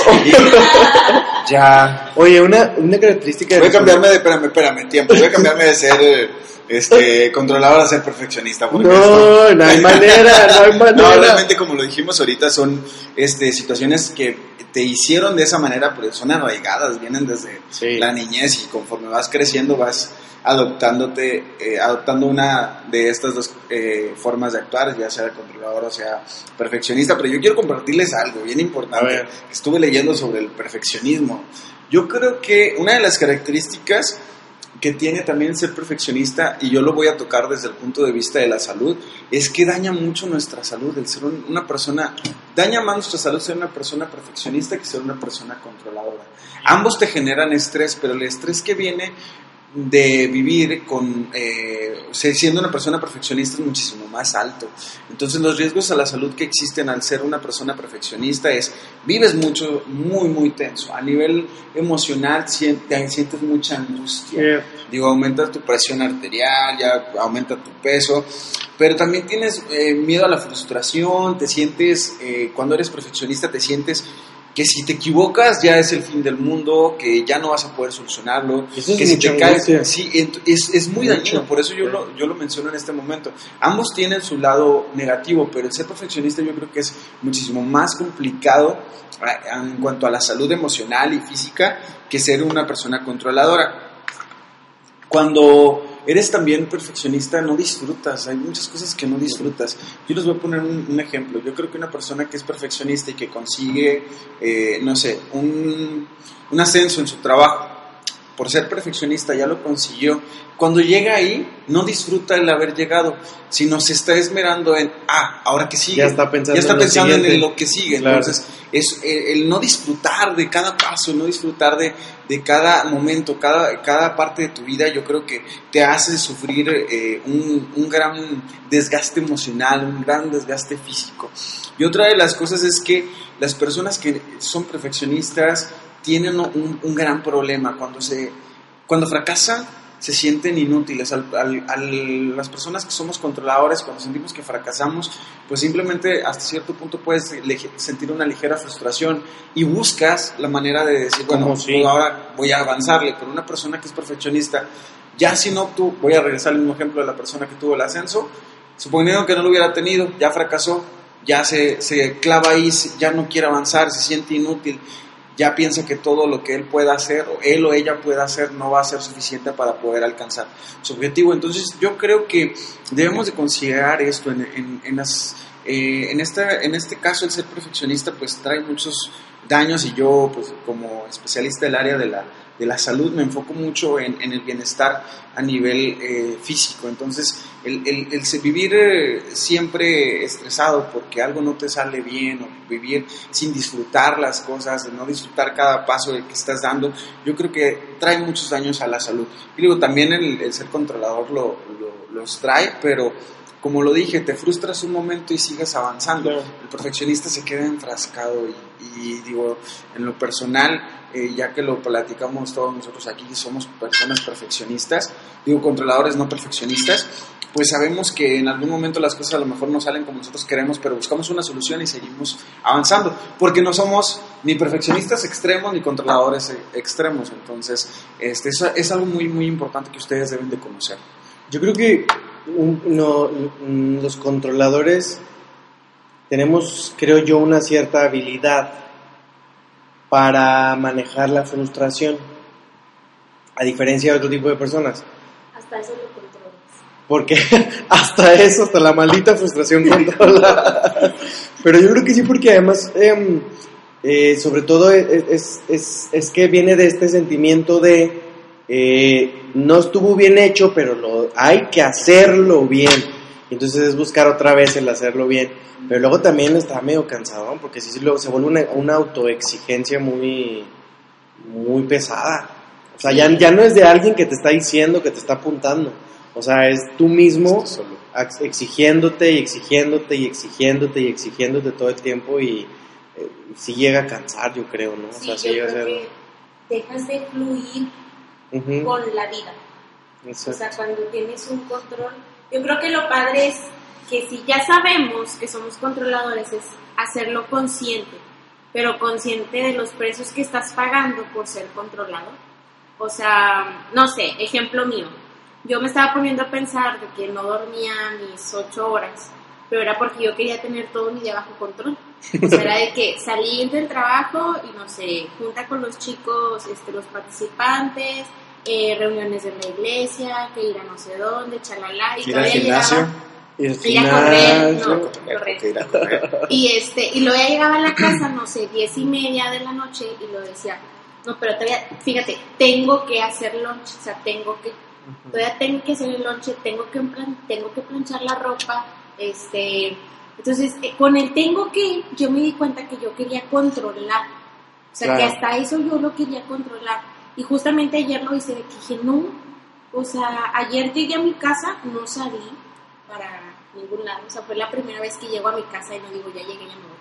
Ya. Oye, una característica. Voy a cambiarme de. Espérame, tiempo. Voy a cambiarme de ser. Controlador a ser perfeccionista. No hay manera. No, realmente, como lo dijimos ahorita, son situaciones que te hicieron de esa manera, pero son arraigadas, vienen desde la niñez y conforme vas creciendo vas adoptando una de estas dos formas de actuar, ya sea controlador o sea perfeccionista. Pero yo quiero compartirles algo bien importante. Estuve leyendo sobre el perfeccionismo. Yo creo que una de las características que tiene también ser perfeccionista, y yo lo voy a tocar desde el punto de vista de la salud, es que daña mucho nuestra salud. El ser una persona, daña más nuestra salud ser una persona perfeccionista que ser una persona controladora. Ambos te generan estrés, pero el estrés que viene de vivir siendo una persona perfeccionista es muchísimo más alto. Entonces los riesgos a la salud que existen al ser una persona perfeccionista vives mucho, muy muy tenso a nivel emocional, sientes mucha angustia, aumenta tu presión arterial, ya aumenta tu peso, pero también tienes miedo a la frustración, te sientes, cuando eres perfeccionista te sientes que si te equivocas ya es el fin del mundo, que ya no vas a poder solucionarlo, eso que es si te caes, sí, es muy mucho dañino, por eso yo lo menciono en este momento. Ambos tienen su lado negativo, pero el ser perfeccionista yo creo que es muchísimo más complicado en cuanto a la salud emocional y física que ser una persona controladora. Cuando eres también perfeccionista no disfrutas, hay muchas cosas que no disfrutas. Yo les voy a poner un ejemplo. Yo creo que una persona que es perfeccionista y que consigue, no sé, un ascenso en su trabajo, por ser perfeccionista ya lo consiguió. Cuando llega ahí, no disfruta el haber llegado, sino se está esmerando en, ahora que sigue. Ya está pensando en lo que sigue. Claro. Entonces, es el no disfrutar de cada paso, no disfrutar de cada momento, cada parte de tu vida, yo creo que te hace sufrir un gran desgaste emocional, un gran desgaste físico. Y otra de las cosas es que las personas que son perfeccionistas tienen un gran problema. Cuando fracasan, se sienten inútiles. Las personas que somos controladores, cuando sentimos que fracasamos, pues simplemente hasta cierto punto puedes sentir una ligera frustración y buscas la manera de decir, bueno, sí, ahora voy a avanzarle. Pero una persona que es perfeccionista, ya si no voy a regresar al mismo ejemplo de la persona que tuvo el ascenso, suponiendo que no lo hubiera tenido, ya fracasó, ya se clava ahí, ya no quiere avanzar, se siente inútil. Ya piensa que todo lo que él pueda hacer, o él o ella pueda hacer, no va a ser suficiente para poder alcanzar su objetivo. Entonces yo creo que debemos de considerar esto. En este caso el ser perfeccionista pues trae muchos daños, y yo pues como especialista del área de la salud me enfoco mucho en el bienestar a nivel físico. Entonces el vivir siempre estresado porque algo no te sale bien, o vivir sin disfrutar las cosas, no disfrutar cada paso que estás dando, yo creo que trae muchos daños a la salud. Y digo, también el ser controlador los trae, pero como lo dije, te frustras un momento y sigues avanzando. Claro. El perfeccionista se queda enfrascado y digo, en lo personal, ya que lo platicamos todos nosotros aquí, somos personas perfeccionistas, digo controladores no perfeccionistas, pues sabemos que en algún momento las cosas a lo mejor no salen como nosotros queremos, pero buscamos una solución y seguimos avanzando, porque no somos ni perfeccionistas extremos ni controladores extremos. Entonces, eso es algo muy, muy importante que ustedes deben de conocer. Yo creo que los controladores tenemos, creo yo, una cierta habilidad para manejar la frustración, a diferencia de otro tipo de personas. Hasta eso lo controlas. Porque hasta la maldita frustración controla. Pero yo creo que sí, porque además, sobre todo, es que viene de este sentimiento de no estuvo bien hecho, pero hay que hacerlo bien. Entonces es buscar otra vez el hacerlo bien. Pero luego también está medio cansado, ¿no? Porque sí se vuelve una autoexigencia muy, muy pesada. O sea, ya no es de alguien que te está diciendo, que te está apuntando. O sea, es tú mismo exigiéndote y exigiéndote y exigiéndote y exigiéndote todo el tiempo, y sí llega a cansar, yo creo, ¿no? Sí, o sea, sí llega a ser... que dejas de fluir con la vida. Exacto. O sea, cuando tienes un control, yo creo que lo padre es que si ya sabemos que somos controladores, es hacerlo consciente, pero consciente de los precios que estás pagando por ser controlado. O sea, no sé, ejemplo mío, yo me estaba poniendo a pensar de que no dormía mis 8 horas, pero era porque yo quería tener todo mi día bajo control. O sea, era de que salí del trabajo y no sé, junta con los chicos, los participantes, reuniones de la iglesia, que ir a no sé dónde, chalala, y todavía llegaba ir a correr. Y luego ya llegaba a la casa, no sé, 10:30 de la noche, y lo decía, no, pero todavía, fíjate, tengo que hacer lunch, o sea, todavía tengo que hacer el lunch, tengo que planchar la ropa, entonces, con el tengo que, yo me di cuenta que yo quería controlar, o sea, claro, que hasta eso yo lo quería controlar, y justamente ayer lo hice, de que dije, no, o sea, ayer llegué a mi casa, no salí para ningún lado, o sea, fue la primera vez que llego a mi casa y no digo, ya llegué, ya me voy.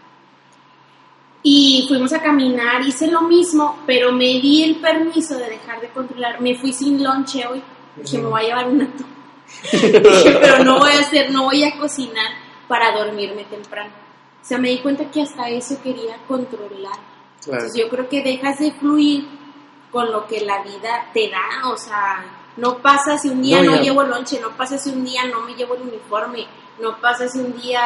Y fuimos a caminar, hice lo mismo, pero me di el permiso de dejar de controlar, me fui sin lonche hoy, dije, me voy a llevar un atún, dije, pero no voy a cocinar para dormirme temprano. O sea, me di cuenta que hasta eso quería controlar. Claro. Entonces yo creo que dejas de fluir con lo que la vida te da, o sea, no pasa si un día no llevo el lonche, no pasa si un día no me llevo el uniforme, no pasa si un día,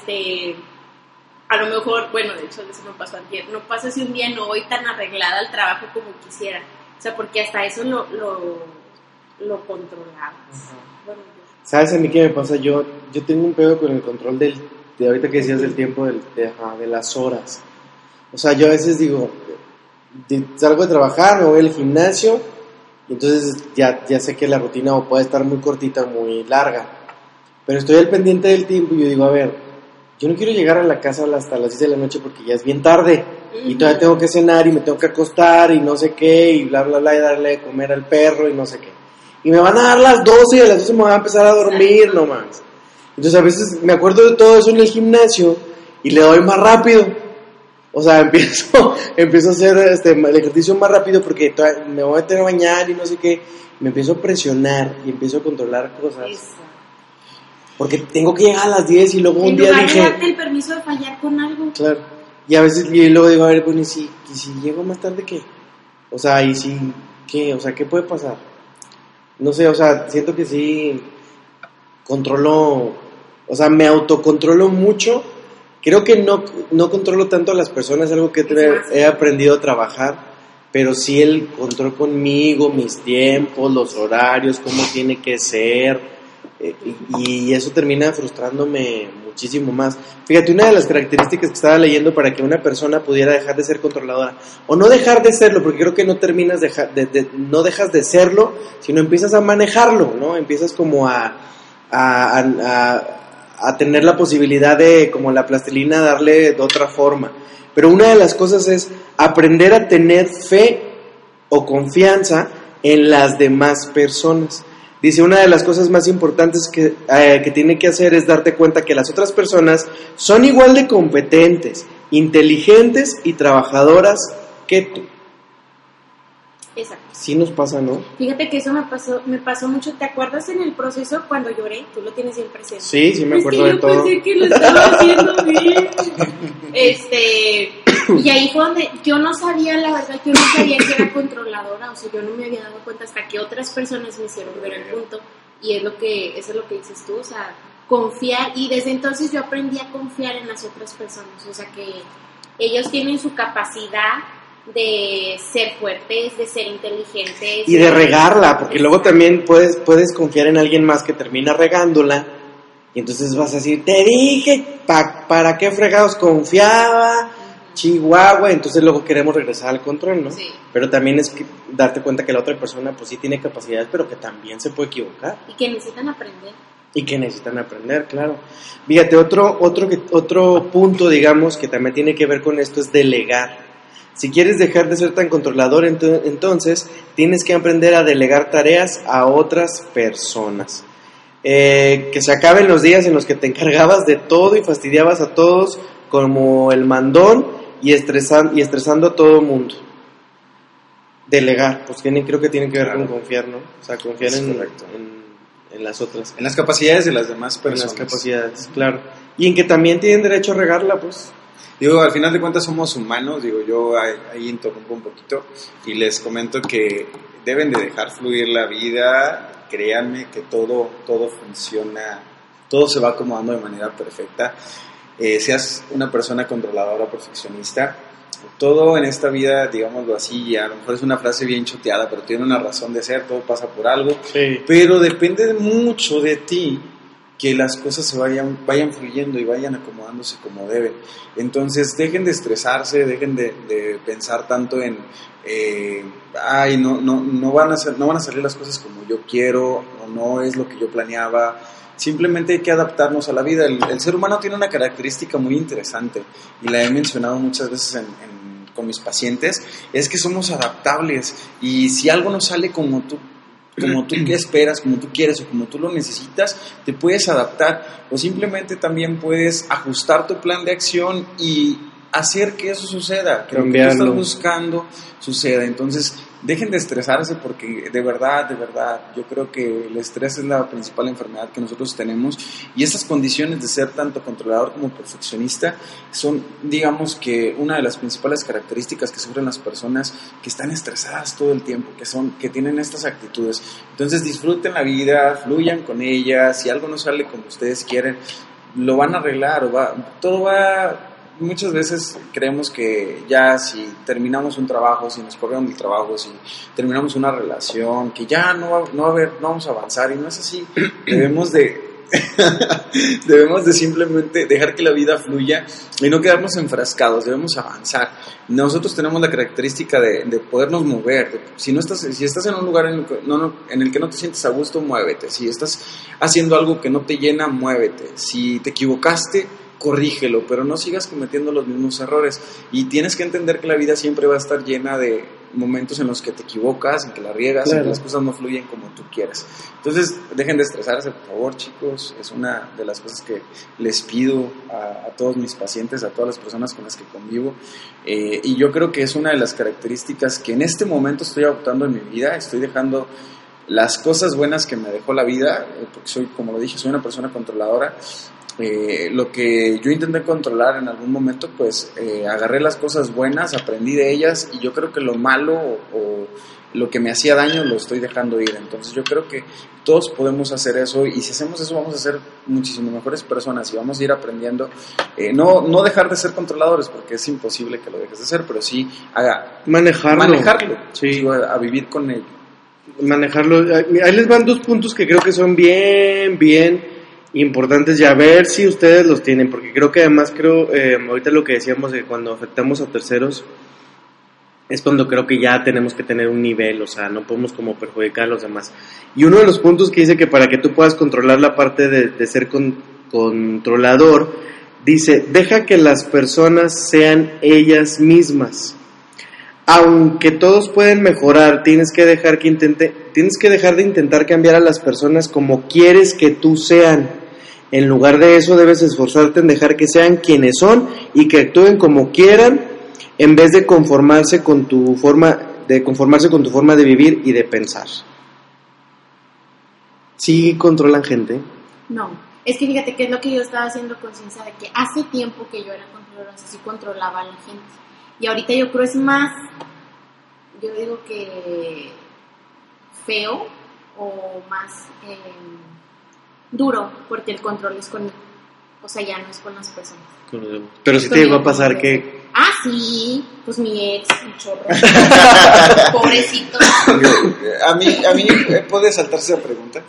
a lo mejor, bueno, de hecho eso no pasó ayer, no pasa si un día no voy tan arreglada al trabajo como quisiera, o sea, porque hasta eso lo controlabas. Bueno, ¿sabes a mí qué me pasa? Yo tengo un pedo con el control de ahorita que decías del tiempo, de las horas. O sea, yo a veces digo, salgo de trabajar, me voy al gimnasio, y entonces ya sé que la rutina puede estar muy cortita, muy larga. Pero estoy al pendiente del tiempo y yo digo, a ver, yo no quiero llegar a la casa hasta las 10 de la noche porque ya es bien tarde. Y todavía tengo que cenar y me tengo que acostar y no sé qué, y bla, bla, bla, y darle de comer al perro y no sé qué. Y me van a dar las 12 y a las 12 me voy a empezar a dormir nomás. Entonces a veces me acuerdo de todo eso en el gimnasio y le doy más rápido. O sea, empiezo a hacer el ejercicio más rápido porque me voy a meter a bañar y no sé qué. Me empiezo a presionar y empiezo a controlar cosas. eso. Porque tengo que llegar a las 10 y luego un En día lugar dije... de darte el permiso de fallar con algo. Claro. Y a veces y luego digo, a ver, bueno, ¿y si llego más tarde qué? O sea, ¿y si qué? O sea, ¿qué puede pasar? No sé, o sea, siento que sí controlo, o sea, me autocontrolo mucho. Creo que no controlo tanto a las personas, es algo que he aprendido a trabajar, pero sí el control conmigo, mis tiempos, los horarios, cómo tiene que ser, y eso termina frustrándome muchísimo más. Fíjate, una de las características que estaba leyendo para que una persona pudiera dejar de ser controladora, o no dejar de serlo, porque creo que no terminas no dejas de serlo, sino empiezas a manejarlo, ¿no? Empiezas como a tener la posibilidad de, como la plastilina, darle de otra forma. Pero una de las cosas es aprender a tener fe o confianza en las demás personas. Dice, una de las cosas más importantes que tiene que hacer es darte cuenta que las otras personas son igual de competentes, inteligentes y trabajadoras que tú. Exacto. Sí nos pasa, ¿no? Fíjate que eso me pasó mucho. ¿Te acuerdas en el proceso cuando lloré? Tú lo tienes bien presente. Sí, me acuerdo de todo. Yo pensé que lo estaba haciendo bien. Y ahí fue donde yo no sabía, la verdad, yo no sabía que era controladora. O sea, yo no me había dado cuenta hasta que otras personas me hicieron ver el punto. Y eso es lo que dices tú, o sea, confiar. Y desde entonces yo aprendí a confiar en las otras personas. O sea, que ellos tienen su capacidad de ser fuertes, de ser inteligentes. Y de regarla, porque luego también puedes confiar en alguien más que termina regándola, y entonces vas a decir, te dije, ¿para qué fregados confiaba? Chihuahua, entonces luego queremos regresar al control, ¿no? Sí. Pero también es que darte cuenta que la otra persona pues sí tiene capacidades, pero que también se puede equivocar. Y que necesitan aprender. Y que necesitan aprender, claro. Fíjate, otro punto, digamos, que también tiene que ver con esto es delegar. Si quieres dejar de ser tan controlador, entonces tienes que aprender a delegar tareas a otras personas. Que se acaben los días en los que te encargabas de todo y fastidiabas a todos como el mandón y estresando a todo el mundo. Delegar, pues creo que tiene que ver con confiar, ¿no? O sea, confiar en las otras. En las capacidades de las demás personas. En las capacidades, claro. Y en que también tienen derecho a regarla, pues. Digo, al final de cuentas somos humanos, yo ahí interrumpo un poquito y les comento que deben de dejar fluir la vida, créanme que todo funciona, todo se va acomodando de manera perfecta, seas una persona controladora, perfeccionista, todo en esta vida, digámoslo así, a lo mejor es una frase bien choteada, pero tiene una razón de ser, todo pasa por algo, sí. Pero depende mucho de ti que las cosas se vayan fluyendo y vayan acomodándose como deben. Entonces dejen de estresarse, dejen de pensar tanto en no van a salir las cosas como yo quiero, o no es lo que yo planeaba. Simplemente hay que adaptarnos a la vida. El ser humano tiene una característica muy interesante y la he mencionado muchas veces con mis pacientes, es que somos adaptables, y si algo no sale como tú esperas, como tú quieres o como tú lo necesitas, te puedes adaptar, o simplemente también puedes ajustar tu plan de acción y hacer que eso suceda, que lo que tú estás buscando suceda. Entonces, dejen de estresarse porque de verdad, yo creo que el estrés es la principal enfermedad que nosotros tenemos, y estas condiciones de ser tanto controlador como perfeccionista son, digamos, que una de las principales características que sufren las personas que están estresadas todo el tiempo, que tienen estas actitudes. Entonces, disfruten la vida, fluyan con ella. Si algo no sale como ustedes quieren, lo van a arreglar, todo va. Muchas veces creemos que ya si terminamos un trabajo, si nos corrieron del trabajo, si terminamos una relación, que ya no vamos a avanzar, y no es así. Debemos de simplemente dejar que la vida fluya y no quedarnos enfrascados. Debemos avanzar. Nosotros tenemos la característica de podernos mover. Si estás en un lugar en el que no te sientes a gusto, muévete. Si estás haciendo algo que no te llena, muévete. Si te equivocaste, corrígelo, pero no sigas cometiendo los mismos errores. Y tienes que entender que la vida siempre va a estar llena de momentos en los que te equivocas, en que la riegas, claro, en que las cosas no fluyen como tú quieras. Entonces, dejen de estresarse, por favor, chicos. Es una de las cosas que les pido a todos mis pacientes, a todas las personas con las que convivo. Y yo creo que es una de las características que en este momento estoy adoptando en mi vida. Estoy dejando las cosas buenas que me dejó la vida, porque soy, como lo dije, soy una persona controladora. Lo que yo intenté controlar en algún momento, pues agarré las cosas buenas, aprendí de ellas, y yo creo que lo malo o lo que me hacía daño lo estoy dejando ir. Entonces yo creo que todos podemos hacer eso, y si hacemos eso vamos a ser muchísimo mejores personas y vamos a ir aprendiendo. No dejar de ser controladores, porque es imposible que lo dejes de ser, pero sí manejarlo, sí, a vivir con ello. Manejarlo. Ahí les van 2 puntos que creo que son bien importantes, y a ver si ustedes los tienen, porque creo que además ahorita lo que decíamos de cuando afectamos a terceros es cuando creo que ya tenemos que tener un nivel, o sea, no podemos como perjudicar a los demás. Y uno de los puntos que dice que para que tú puedas controlar la parte de ser controlador, dice, deja que las personas sean ellas mismas. Aunque todos pueden mejorar, tienes que dejar de intentar cambiar a las personas como quieres que tú sean. En lugar de eso, debes esforzarte en dejar que sean quienes son y que actúen como quieran, en vez de conformarse con tu forma de vivir y de pensar. ¿Sí controlan gente? No, es que fíjate que es lo que yo estaba haciendo conciencia de que hace tiempo que yo era controladora, así controlaba a la gente. Y ahorita yo creo es más, yo digo que feo o más duro, porque el control es ya no es con las personas. Pero si te va a pasar que... Ah, sí, pues mi ex, un chorro. Pobrecito. A mí ¿puede saltarse la pregunta?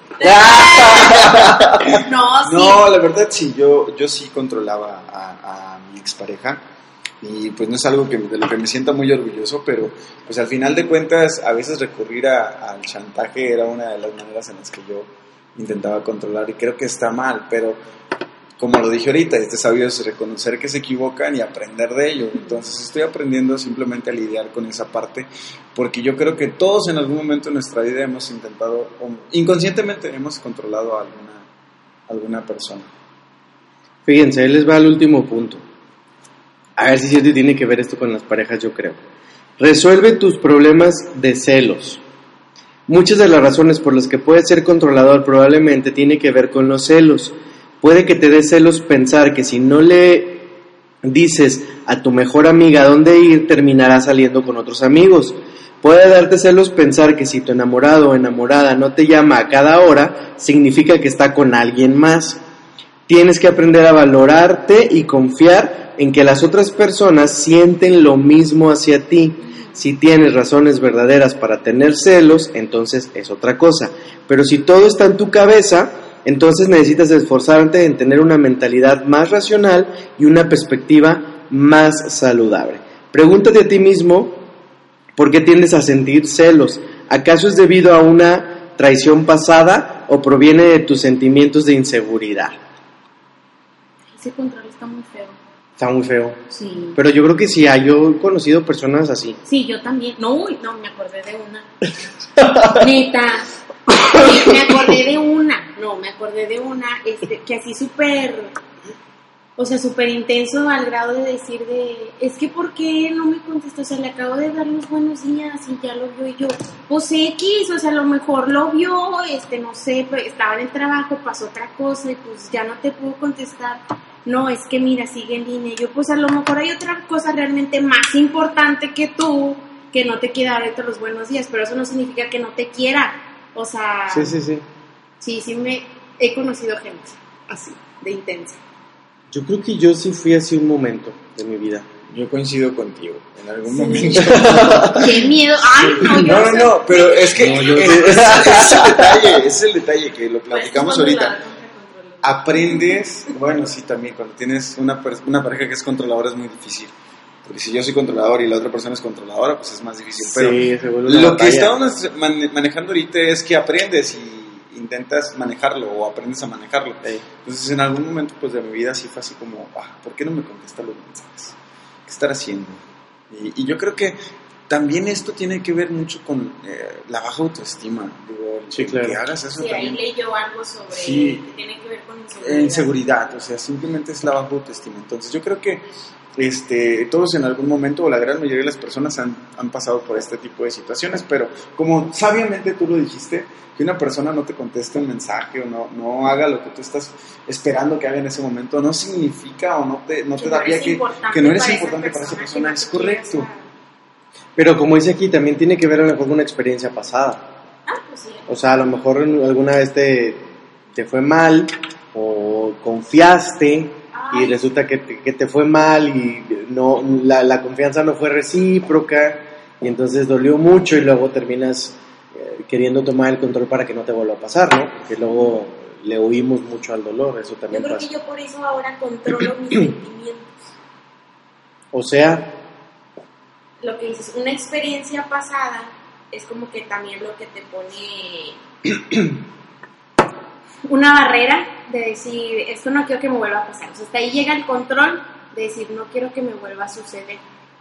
No, sí. No, la verdad sí, yo sí controlaba a mi expareja. Y pues no es algo de lo que me sienta muy orgulloso, pero pues al final de cuentas a veces recurrir al chantaje era una de las maneras en las que yo intentaba controlar, y creo que está mal, pero como lo dije ahorita, sabio es reconocer que se equivocan y aprender de ello. Entonces estoy aprendiendo simplemente a lidiar con esa parte, porque yo creo que todos en algún momento de nuestra vida hemos intentado, o inconscientemente hemos controlado a alguna persona. Fíjense, ahí les va el último punto. A ver si es cierto, tiene que ver esto con las parejas, yo creo. Resuelve tus problemas de celos. Muchas de las razones por las que puedes ser controlador probablemente tiene que ver con los celos. Puede que te dé celos pensar que si no le dices a tu mejor amiga dónde ir, terminará saliendo con otros amigos. Puede darte celos pensar que si tu enamorado o enamorada no te llama a cada hora, significa que está con alguien más. Tienes que aprender a valorarte y confiar en que las otras personas sienten lo mismo hacia ti. Si tienes razones verdaderas para tener celos, entonces es otra cosa. Pero si todo está en tu cabeza, entonces necesitas esforzarte en tener una mentalidad más racional y una perspectiva más saludable. Pregúntate a ti mismo, ¿por qué tiendes a sentir celos? ¿Acaso es debido a una traición pasada o proviene de tus sentimientos de inseguridad? Ese control está muy feo. Está muy feo. Sí. Pero yo creo que sí, yo he conocido personas así. Sí, yo también. No, me acordé de una. Neta. Me acordé de una que así súper... o sea, súper intenso al grado de decir es que ¿por qué no me contestó? O sea, le acabo de dar los buenos días y ya lo vio y yo, pues X, o sea, a lo mejor lo vio, no sé, pues, estaba en el trabajo, pasó otra cosa y pues ya no te pudo contestar. No, es que mira, sigue en línea. Yo, pues a lo mejor hay otra cosa realmente más importante que tú, que no te quiera dar los buenos días, pero eso no significa que no te quiera. O sea... Sí, me he conocido gente así, de intensa. Yo creo que yo sí fui así un momento de mi vida. Yo coincido contigo, en algún momento. ¡Qué miedo! ¡Ay, no! No, pero es que es el detalle que lo platicamos ahorita. Aprendes, bueno, sí, también, cuando tienes una pareja que es controladora es muy difícil. Porque si yo soy controlador y la otra persona es controladora, pues es más difícil. Pero lo que estamos manejando ahorita es que aprendes y intentas manejarlo o aprendes a manejarlo. Entonces, en algún momento pues de mi vida sí fue así como, ¿por qué no me contestan los mensajes? ¿Qué estar haciendo? Y yo creo que también esto tiene que ver mucho con la baja autoestima. Digo, claro. Que hagas eso también. Ahí leí yo algo sobre que tiene que ver con inseguridad. O sea, simplemente es la baja autoestima. Entonces, yo creo que todos en algún momento, o la gran mayoría de las personas han pasado por este tipo de situaciones, pero como sabiamente tú lo dijiste, que una persona no te conteste un mensaje o no haga lo que tú estás esperando que haga en ese momento, no significa o no te da pie que no eres importante para esa persona. Es correcto. Pero como dice aquí, también tiene que ver a lo mejor con una experiencia pasada. Pues sí. O sea, a lo mejor alguna vez te fue mal o confiaste y resulta que te fue mal y no la confianza no fue recíproca y entonces dolió mucho y luego terminas queriendo tomar el control para que no te vuelva a pasar, ¿no? Porque luego le huimos mucho al dolor, eso también pasa. Yo creo que yo por eso ahora controlo mis sentimientos. O sea, lo que dices, una experiencia pasada es como que también lo que te pone una barrera de decir, esto no quiero que me vuelva a pasar. O sea, hasta ahí llega el control de decir, no quiero que me vuelva a suceder.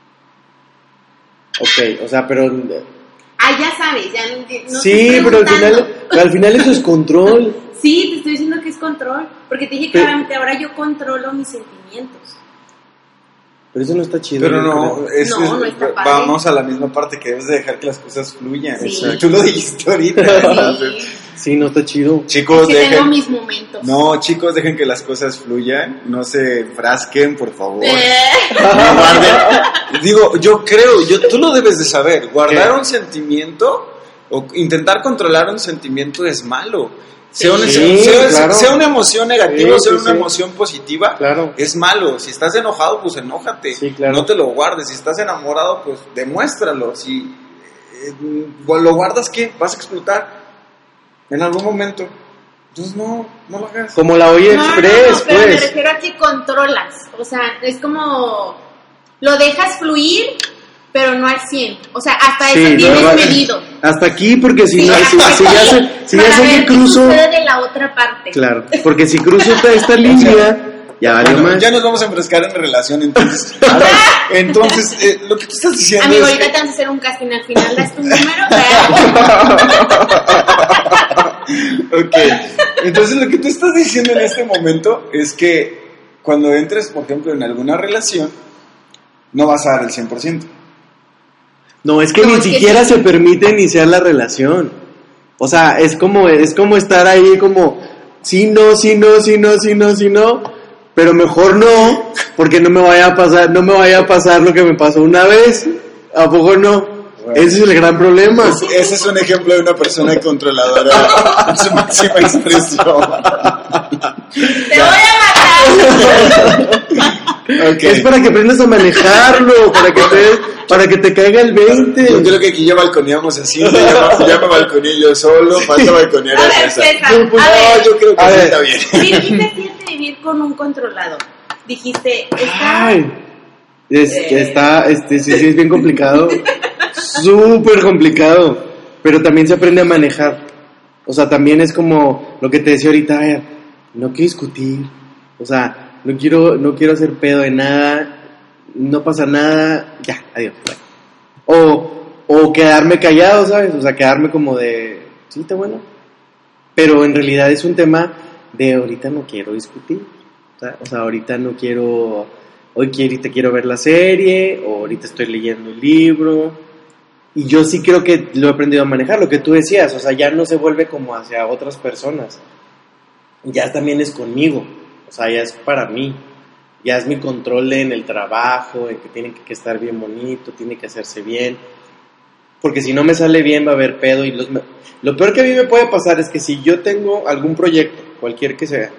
Ok, o sea, pero... ya sabes, ya no. Sí, pero al final eso es control. Sí, te estoy diciendo que es control, porque te dije claramente, ahora yo controlo mis sentimientos. Pero eso no está chido. Pero no está padre. Vamos a la misma parte, que debes de dejar que las cosas fluyan. Sí. Tú lo dijiste ahorita. Sí, no está chido. Chicos, tengo mis momentos. No, chicos, dejen que las cosas fluyan. No se enfrasquen, por favor. No guarden. Digo, tú lo debes de saber. Guardar un sentimiento o intentar controlar un sentimiento es malo. Sea una emoción negativa, sea una emoción positiva, es malo. Si estás enojado, pues enójate, no te lo guardes. Si estás enamorado, pues demuéstralo. Si lo guardas, ¿qué? Vas a explotar en algún momento. Entonces no lo hagas. Como la Olla Express, pero me refiero a que controlas. O sea, es como lo dejas fluir, pero no al 100. O sea, hasta eso tienes medido. Hasta aquí, porque si ya sé que cruzo de la otra parte. Claro, porque si cruzo esta línea, ya valió más. Ya nos vamos a enfrescar en relación, entonces. Entonces, lo que tú estás diciendo amigo, ahorita te vas a hacer un casting, al final das tu número. Ok, entonces lo que tú estás diciendo en este momento es que cuando entres, por ejemplo, en alguna relación, no vas a dar el 100%. No, es que ni siquiera se permite iniciar la relación. O sea, es como estar ahí como sí, no, pero mejor no, porque no me vaya a pasar lo que me pasó una vez. ¿A poco no? Bueno, ese es el gran problema. Ese es un ejemplo de una persona controladora en su máxima expresión. ¡Te voy a matar! Okay. Es para que aprendas a manejarlo, para que te caiga el 20. Yo creo que aquí ya balconeamos así, ya me balconeé yo solo, falta balconear a César. Yo creo que sí está bien. ¿Qué se siente vivir con un controlador? Dijiste, sí, es bien complicado, súper complicado, pero también se aprende a manejar. O sea, también es como lo que te decía ahorita, no quiero discutir, o sea, no quiero hacer pedo de nada, no pasa nada, ya, adiós. O quedarme callado, ¿sabes? O sea, quedarme como de, sí, está bueno. Pero en realidad es un tema de ahorita no quiero discutir. O sea, ahorita no quiero, ahorita quiero ver la serie, o ahorita estoy leyendo el libro. Y yo sí creo que lo he aprendido a manejar, lo que tú decías, o sea, ya no se vuelve como hacia otras personas, ya también es conmigo, o sea, ya es para mí, ya es mi control en el trabajo, en que tiene que estar bien bonito, tiene que hacerse bien, porque si no me sale bien va a haber pedo. Y lo peor que a mí me puede pasar es que si yo tengo algún proyecto, cualquier que sea,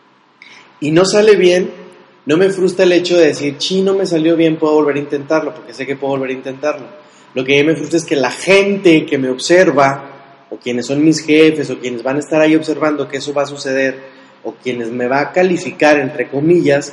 y no sale bien, no me frustra el hecho de decir, no me salió bien, puedo volver a intentarlo, porque sé que puedo volver a intentarlo. Lo que a mí me frustra es que la gente que me observa, o quienes son mis jefes, o quienes van a estar ahí observando que eso va a suceder, o quienes me va a calificar, entre comillas,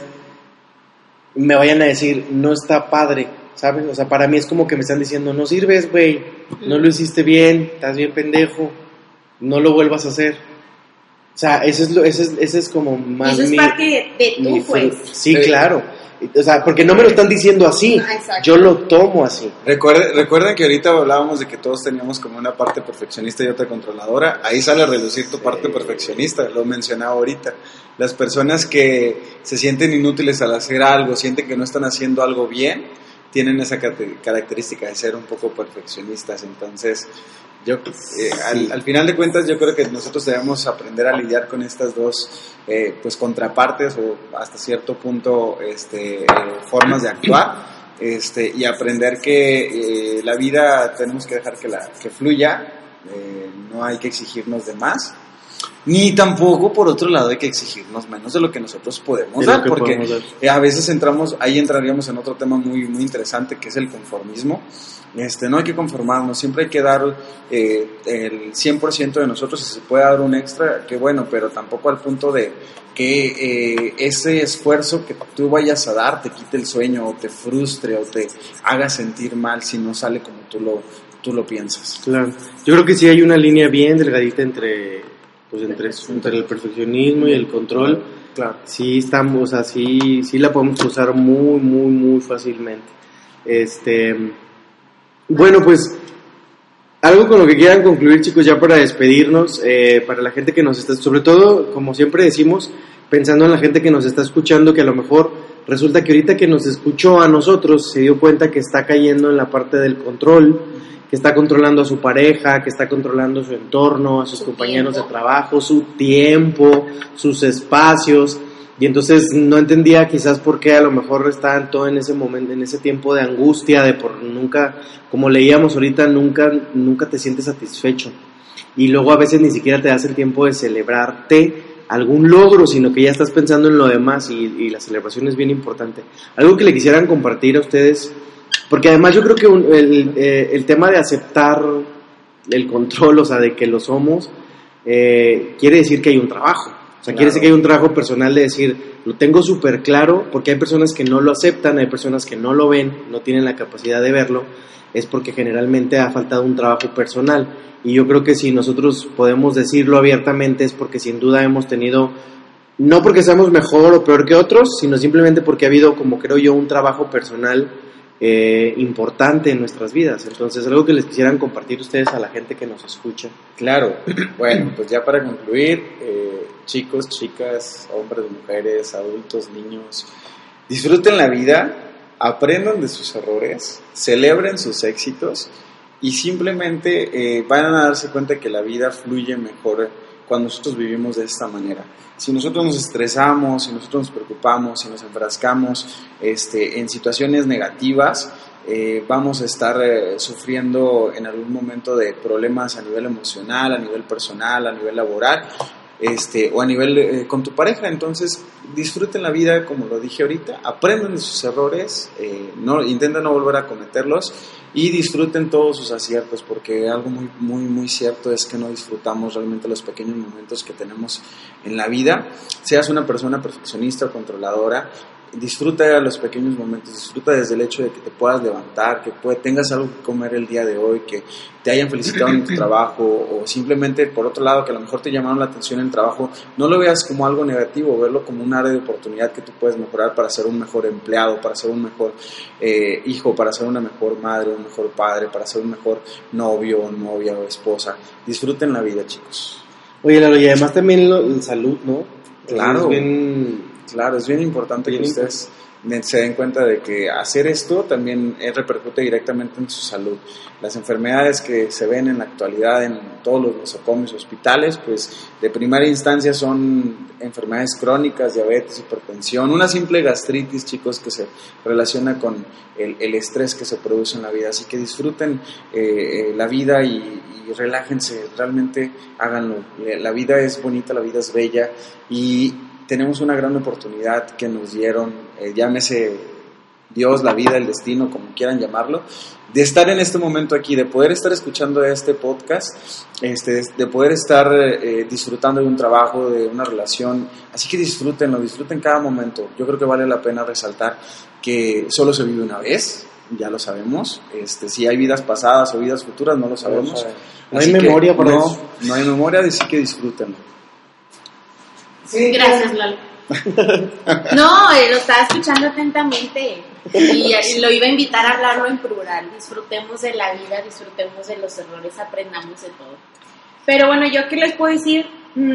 me vayan a decir, no está padre, ¿sabes? O sea, para mí es como que me están diciendo, no sirves, güey, no lo hiciste bien, estás bien pendejo, no lo vuelvas a hacer. O sea, ese es como más eso es parte de tú, pues. Sí, claro. O sea, porque no me lo están diciendo así, yo lo tomo así. Recuerden que ahorita hablábamos de que todos teníamos como una parte perfeccionista y otra controladora. Ahí sale a reducir tu parte perfeccionista, lo mencionaba ahorita. Las personas que se sienten inútiles al hacer algo, sienten que no están haciendo algo bien, tienen esa característica de ser un poco perfeccionistas. Entonces, yo al final de cuentas, yo creo que nosotros debemos aprender a lidiar con estas dos pues contrapartes, o hasta cierto punto formas de actuar, y aprender que la vida tenemos que dejar que fluya, no hay que exigirnos de más, ni tampoco por otro lado hay que exigirnos menos de lo que nosotros podemos dar, porque a veces entraríamos en otro tema muy, muy interesante, que es el conformismo. No hay que conformarnos, siempre hay que dar el 100% de nosotros. Si se puede dar un extra, qué bueno, pero tampoco al punto de que ese esfuerzo que tú vayas a dar te quite el sueño, o te frustre, o te haga sentir mal si no sale como tú lo piensas. Claro, yo creo que sí hay una línea bien delgadita entre el perfeccionismo y el control. Claro. Sí estamos, o sea, sí la podemos usar muy, muy, muy fácilmente. Bueno, pues algo con lo que quieran concluir, chicos, ya para despedirnos, para la gente que nos está, sobre todo, como siempre decimos, pensando en la gente que nos está escuchando, que a lo mejor resulta que ahorita que nos escuchó a nosotros se dio cuenta que está cayendo en la parte del control, que está controlando a su pareja, que está controlando su entorno, a sus compañeros de trabajo, su tiempo, sus espacios. Y entonces no entendía quizás por qué a lo mejor estaban todo en ese momento, en ese tiempo de angustia, de por nunca, como leíamos ahorita, nunca te sientes satisfecho. Y luego a veces ni siquiera te das el tiempo de celebrarte algún logro, sino que ya estás pensando en lo demás, y la celebración es bien importante. Algo que le quisieran compartir a ustedes, porque además yo creo que el tema de aceptar el control, o sea, de que lo somos, quiere decir que hay un trabajo. O sea, quiere decir que hay un trabajo personal de decir, lo tengo súper claro, porque hay personas que no lo aceptan, hay personas que no lo ven, no tienen la capacidad de verlo, es porque generalmente ha faltado un trabajo personal. Y yo creo que si nosotros podemos decirlo abiertamente es porque sin duda hemos tenido, no porque seamos mejor o peor que otros, sino simplemente porque ha habido, como creo yo, un trabajo personal importante en nuestras vidas. Entonces, algo que les quisieran compartir ustedes a la gente que nos escucha. Claro, bueno, pues ya para concluir, chicos, chicas, hombres, mujeres, adultos, niños, disfruten la vida, aprendan de sus errores, celebren sus éxitos y simplemente van a darse cuenta que la vida fluye mejor cuando nosotros vivimos de esta manera. Si nosotros nos estresamos, si nosotros nos preocupamos, si nos enfrascamos en situaciones negativas, vamos a estar sufriendo en algún momento de problemas a nivel emocional, a nivel personal, a nivel laboral, o a nivel con tu pareja. Entonces disfruten la vida, como lo dije ahorita, aprendan de sus errores, intenten no volver a cometerlos y disfruten todos sus aciertos, porque algo muy, muy, muy cierto es que no disfrutamos realmente los pequeños momentos que tenemos en la vida. Seas una persona perfeccionista o controladora, disfruta de los pequeños momentos, disfruta desde el hecho de que te puedas levantar, que tengas algo que comer el día de hoy, que te hayan felicitado en tu trabajo, o simplemente por otro lado que a lo mejor te llamaron la atención en el trabajo, no lo veas como algo negativo, verlo como un área de oportunidad que tú puedes mejorar para ser un mejor empleado, para ser un mejor hijo, para ser una mejor madre, un mejor padre, para ser un mejor novio o novia o esposa. Disfruten la vida, chicos. Oye, Lalo, y además también en salud, ¿no? Claro. Es bien Claro, es bien importante que ustedes se den cuenta de que hacer esto también repercute directamente en su salud. Las enfermedades que se ven en la actualidad en todos los nosocomios, hospitales, pues de primaria instancia son enfermedades crónicas, diabetes, hipertensión, una simple gastritis, chicos, que se relaciona con el estrés que se produce en la vida. Así que disfruten la vida y relájense, realmente háganlo. La vida es bonita, la vida es bella y tenemos una gran oportunidad que nos dieron, llámese Dios, la vida, el destino, como quieran llamarlo, de estar en este momento aquí, de poder estar escuchando este podcast, de poder estar disfrutando de un trabajo, de una relación. Así que disfrútenlo, disfruten cada momento. Yo creo que vale la pena resaltar que solo se vive una vez, ya lo sabemos. Si hay vidas pasadas o vidas futuras, no lo sabemos. No hay memoria por eso. No hay memoria, así que disfrútenlo. Sí, gracias, Lalo. No, lo estaba escuchando atentamente y lo iba a invitar a hablarlo en plural. Disfrutemos de la vida, disfrutemos de los errores, aprendamos de todo. Pero bueno, yo qué les puedo decir,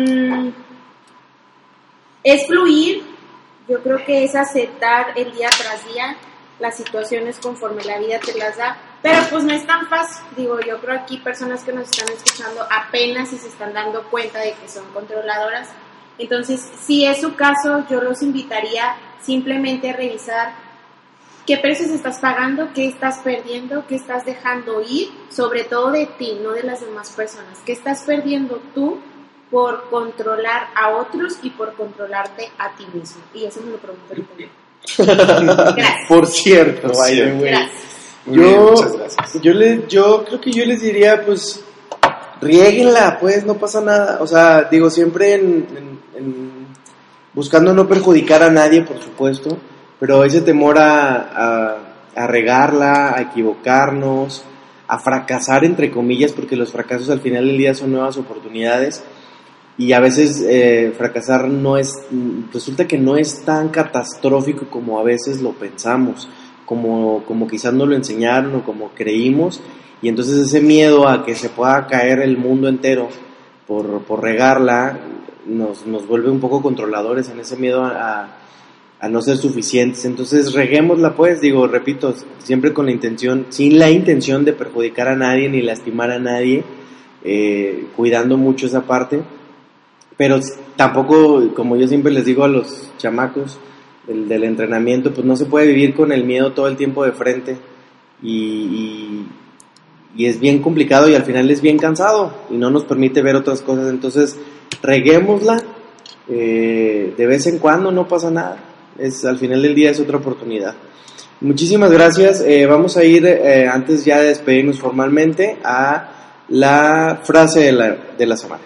es fluir. Yo creo que es aceptar el día tras día las situaciones conforme la vida te las da, pero pues no es tan fácil. Digo, yo creo aquí personas que nos están escuchando apenas si se están dando cuenta de que son controladoras. Entonces, si es su caso, yo los invitaría simplemente a revisar qué precios estás pagando, qué estás perdiendo, qué estás dejando ir, sobre todo de ti, no de las demás personas. ¿Qué estás perdiendo tú por controlar a otros y por controlarte a ti mismo? Y eso me lo pregunto ahorita. Gracias. Por cierto, vaya, güey. Muchas gracias. Yo creo que yo les diría, pues, riéguenla, pues, no pasa nada. O sea, digo, siempre buscando no perjudicar a nadie, por supuesto, pero ese temor a regarla, a equivocarnos, a fracasar, entre comillas, porque los fracasos al final del día son nuevas oportunidades, y a veces fracasar resulta que no es tan catastrófico como a veces lo pensamos, como quizás nos lo enseñaron o como creímos, y entonces ese miedo a que se pueda caer el mundo entero por regarla nos vuelve un poco controladores en ese miedo a no ser suficientes. Entonces reguémosla, pues, digo, repito, siempre con la intención, sin la intención de perjudicar a nadie ni lastimar a nadie, cuidando mucho esa parte, pero tampoco, como yo siempre les digo a los chamacos del entrenamiento, pues no se puede vivir con el miedo todo el tiempo de frente y es bien complicado y al final es bien cansado y no nos permite ver otras cosas. Entonces reguémosla de vez en cuando, no pasa nada, al final del día es otra oportunidad. Muchísimas gracias. Vamos a ir antes ya de despedirnos formalmente a la frase de la semana.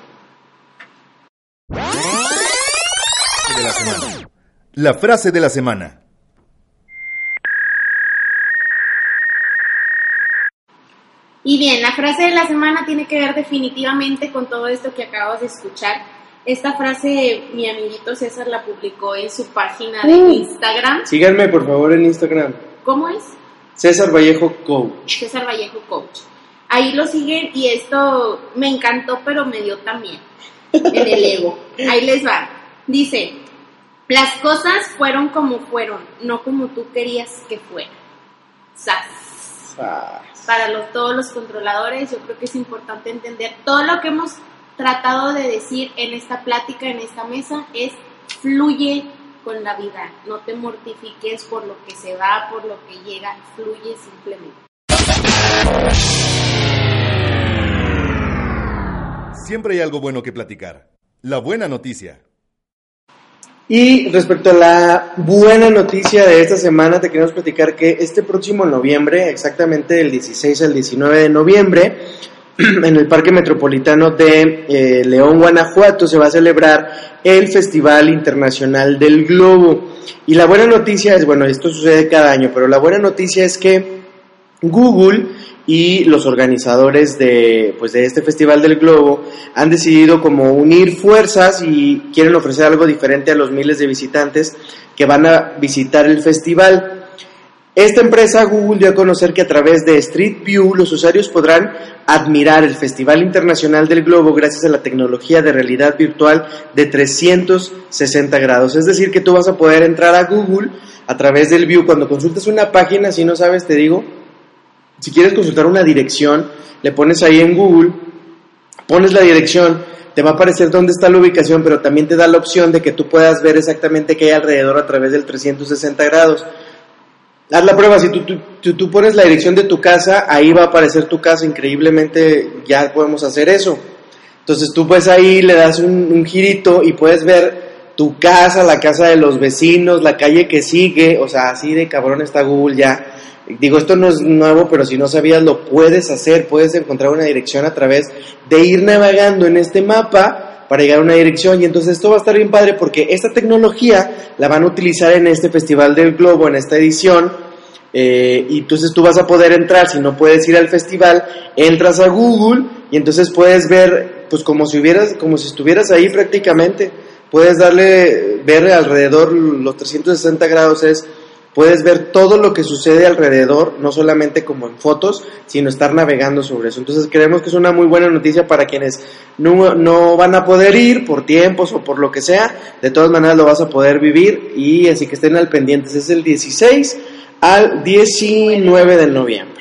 La frase de la semana. Y bien, la frase de la semana tiene que ver definitivamente con todo esto que acabas de escuchar. Esta frase mi amiguito César la publicó en su página de Instagram. Síganme por favor en Instagram. ¿Cómo es? César Vallejo Coach. César Vallejo Coach. Ahí lo siguen y esto me encantó, pero me dio también en el ego. Ahí les va. Dice, las cosas fueron como fueron, no como tú querías que fueran. ¡Sas! Para todos los controladores, yo creo que es importante entender todo lo que hemos tratado de decir en esta plática, en esta mesa, es fluye con la vida, no te mortifiques por lo que se va, por lo que llega, fluye simplemente. Siempre hay algo bueno que platicar. La buena noticia. Y respecto a la buena noticia de esta semana, te queremos platicar que este próximo noviembre, exactamente del 16 al 19 de noviembre, en el Parque Metropolitano de León, Guanajuato, se va a celebrar el Festival Internacional del Globo. Y la buena noticia es, bueno, esto sucede cada año, pero la buena noticia es que Google y los organizadores de este Festival del Globo han decidido como unir fuerzas y quieren ofrecer algo diferente a los miles de visitantes que van a visitar el festival. Esta empresa, Google, dio a conocer que a través de Street View los usuarios podrán admirar el Festival Internacional del Globo gracias a la tecnología de realidad virtual de 360 grados. Es decir, que tú vas a poder entrar a Google a través del View. Cuando consultas una página, si no sabes, te digo, si quieres consultar una dirección, le pones ahí en Google, pones la dirección, te va a aparecer dónde está la ubicación, pero también te da la opción de que tú puedas ver exactamente qué hay alrededor a través del 360 grados. Haz la prueba, si tú pones la dirección de tu casa, ahí va a aparecer tu casa, increíblemente ya podemos hacer eso. Entonces tú pues ahí le das un girito y puedes ver tu casa, la casa de los vecinos, la calle que sigue, o sea, así de cabrón está Google ya. Digo, esto no es nuevo, pero si no sabías lo puedes hacer, puedes encontrar una dirección a través de ir navegando en este mapa para llegar a una dirección, y entonces esto va a estar bien padre porque esta tecnología la van a utilizar en este Festival del Globo, en esta edición, y entonces tú vas a poder entrar, si no puedes ir al festival, entras a Google y entonces puedes ver, pues como si estuvieras ahí prácticamente, puedes ver alrededor los 360 grados, puedes ver todo lo que sucede alrededor, no solamente como en fotos, sino estar navegando sobre eso. Entonces creemos que es una muy buena noticia para quienes no van a poder ir por tiempos o por lo que sea. De todas maneras lo vas a poder vivir, y así que estén al pendientes. Es el 16 al 19 de noviembre.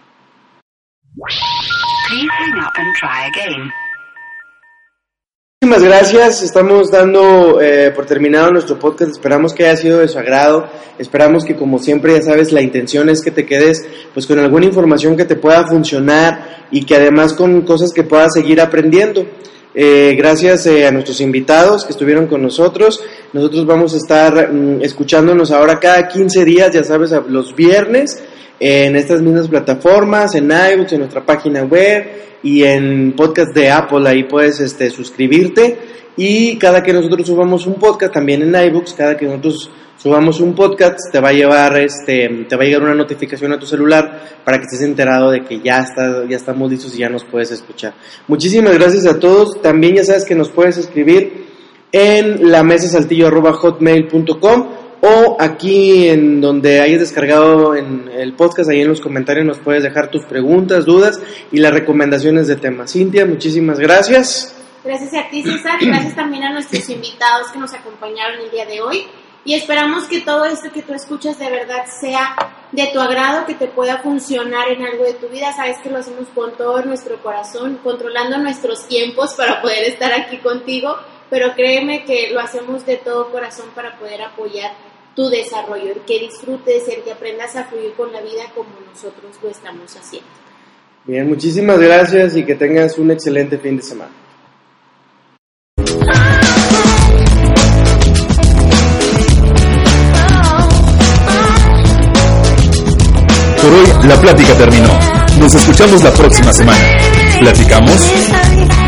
Muchísimas gracias, estamos dando por terminado nuestro podcast, esperamos que haya sido de su agrado, esperamos que, como siempre, ya sabes, la intención es que te quedes pues con alguna información que te pueda funcionar y que además con cosas que puedas seguir aprendiendo. Gracias a nuestros invitados que estuvieron con nosotros. Nosotros vamos a estar escuchándonos ahora cada 15 días, ya sabes, los viernes, en estas mismas plataformas, en iBooks, en nuestra página web y en podcast de Apple. Ahí puedes suscribirte, y cada que nosotros subamos un podcast, también en iBooks, cada que nosotros subamos un podcast te va a llegar una notificación a tu celular para que estés enterado de que ya estamos listos y ya nos puedes escuchar. Muchísimas gracias a todos. También ya sabes que nos puedes escribir en lamesasaltillo@hotmail.com, o aquí en donde hayas descargado en el podcast, ahí en los comentarios nos puedes dejar tus preguntas, dudas y las recomendaciones de temas. Cintia, muchísimas gracias. Gracias a ti, César. Gracias también a nuestros invitados que nos acompañaron el día de hoy. Y esperamos que todo esto que tú escuchas de verdad sea de tu agrado, que te pueda funcionar en algo de tu vida. Sabes que lo hacemos con todo nuestro corazón, controlando nuestros tiempos para poder estar aquí contigo, pero créeme que lo hacemos de todo corazón para poder apoyar tu desarrollo, el que disfrutes, el que aprendas a fluir con la vida como nosotros lo estamos haciendo. Bien, muchísimas gracias y que tengas un excelente fin de semana. Por hoy la plática terminó. Nos escuchamos la próxima semana. ¿Platicamos?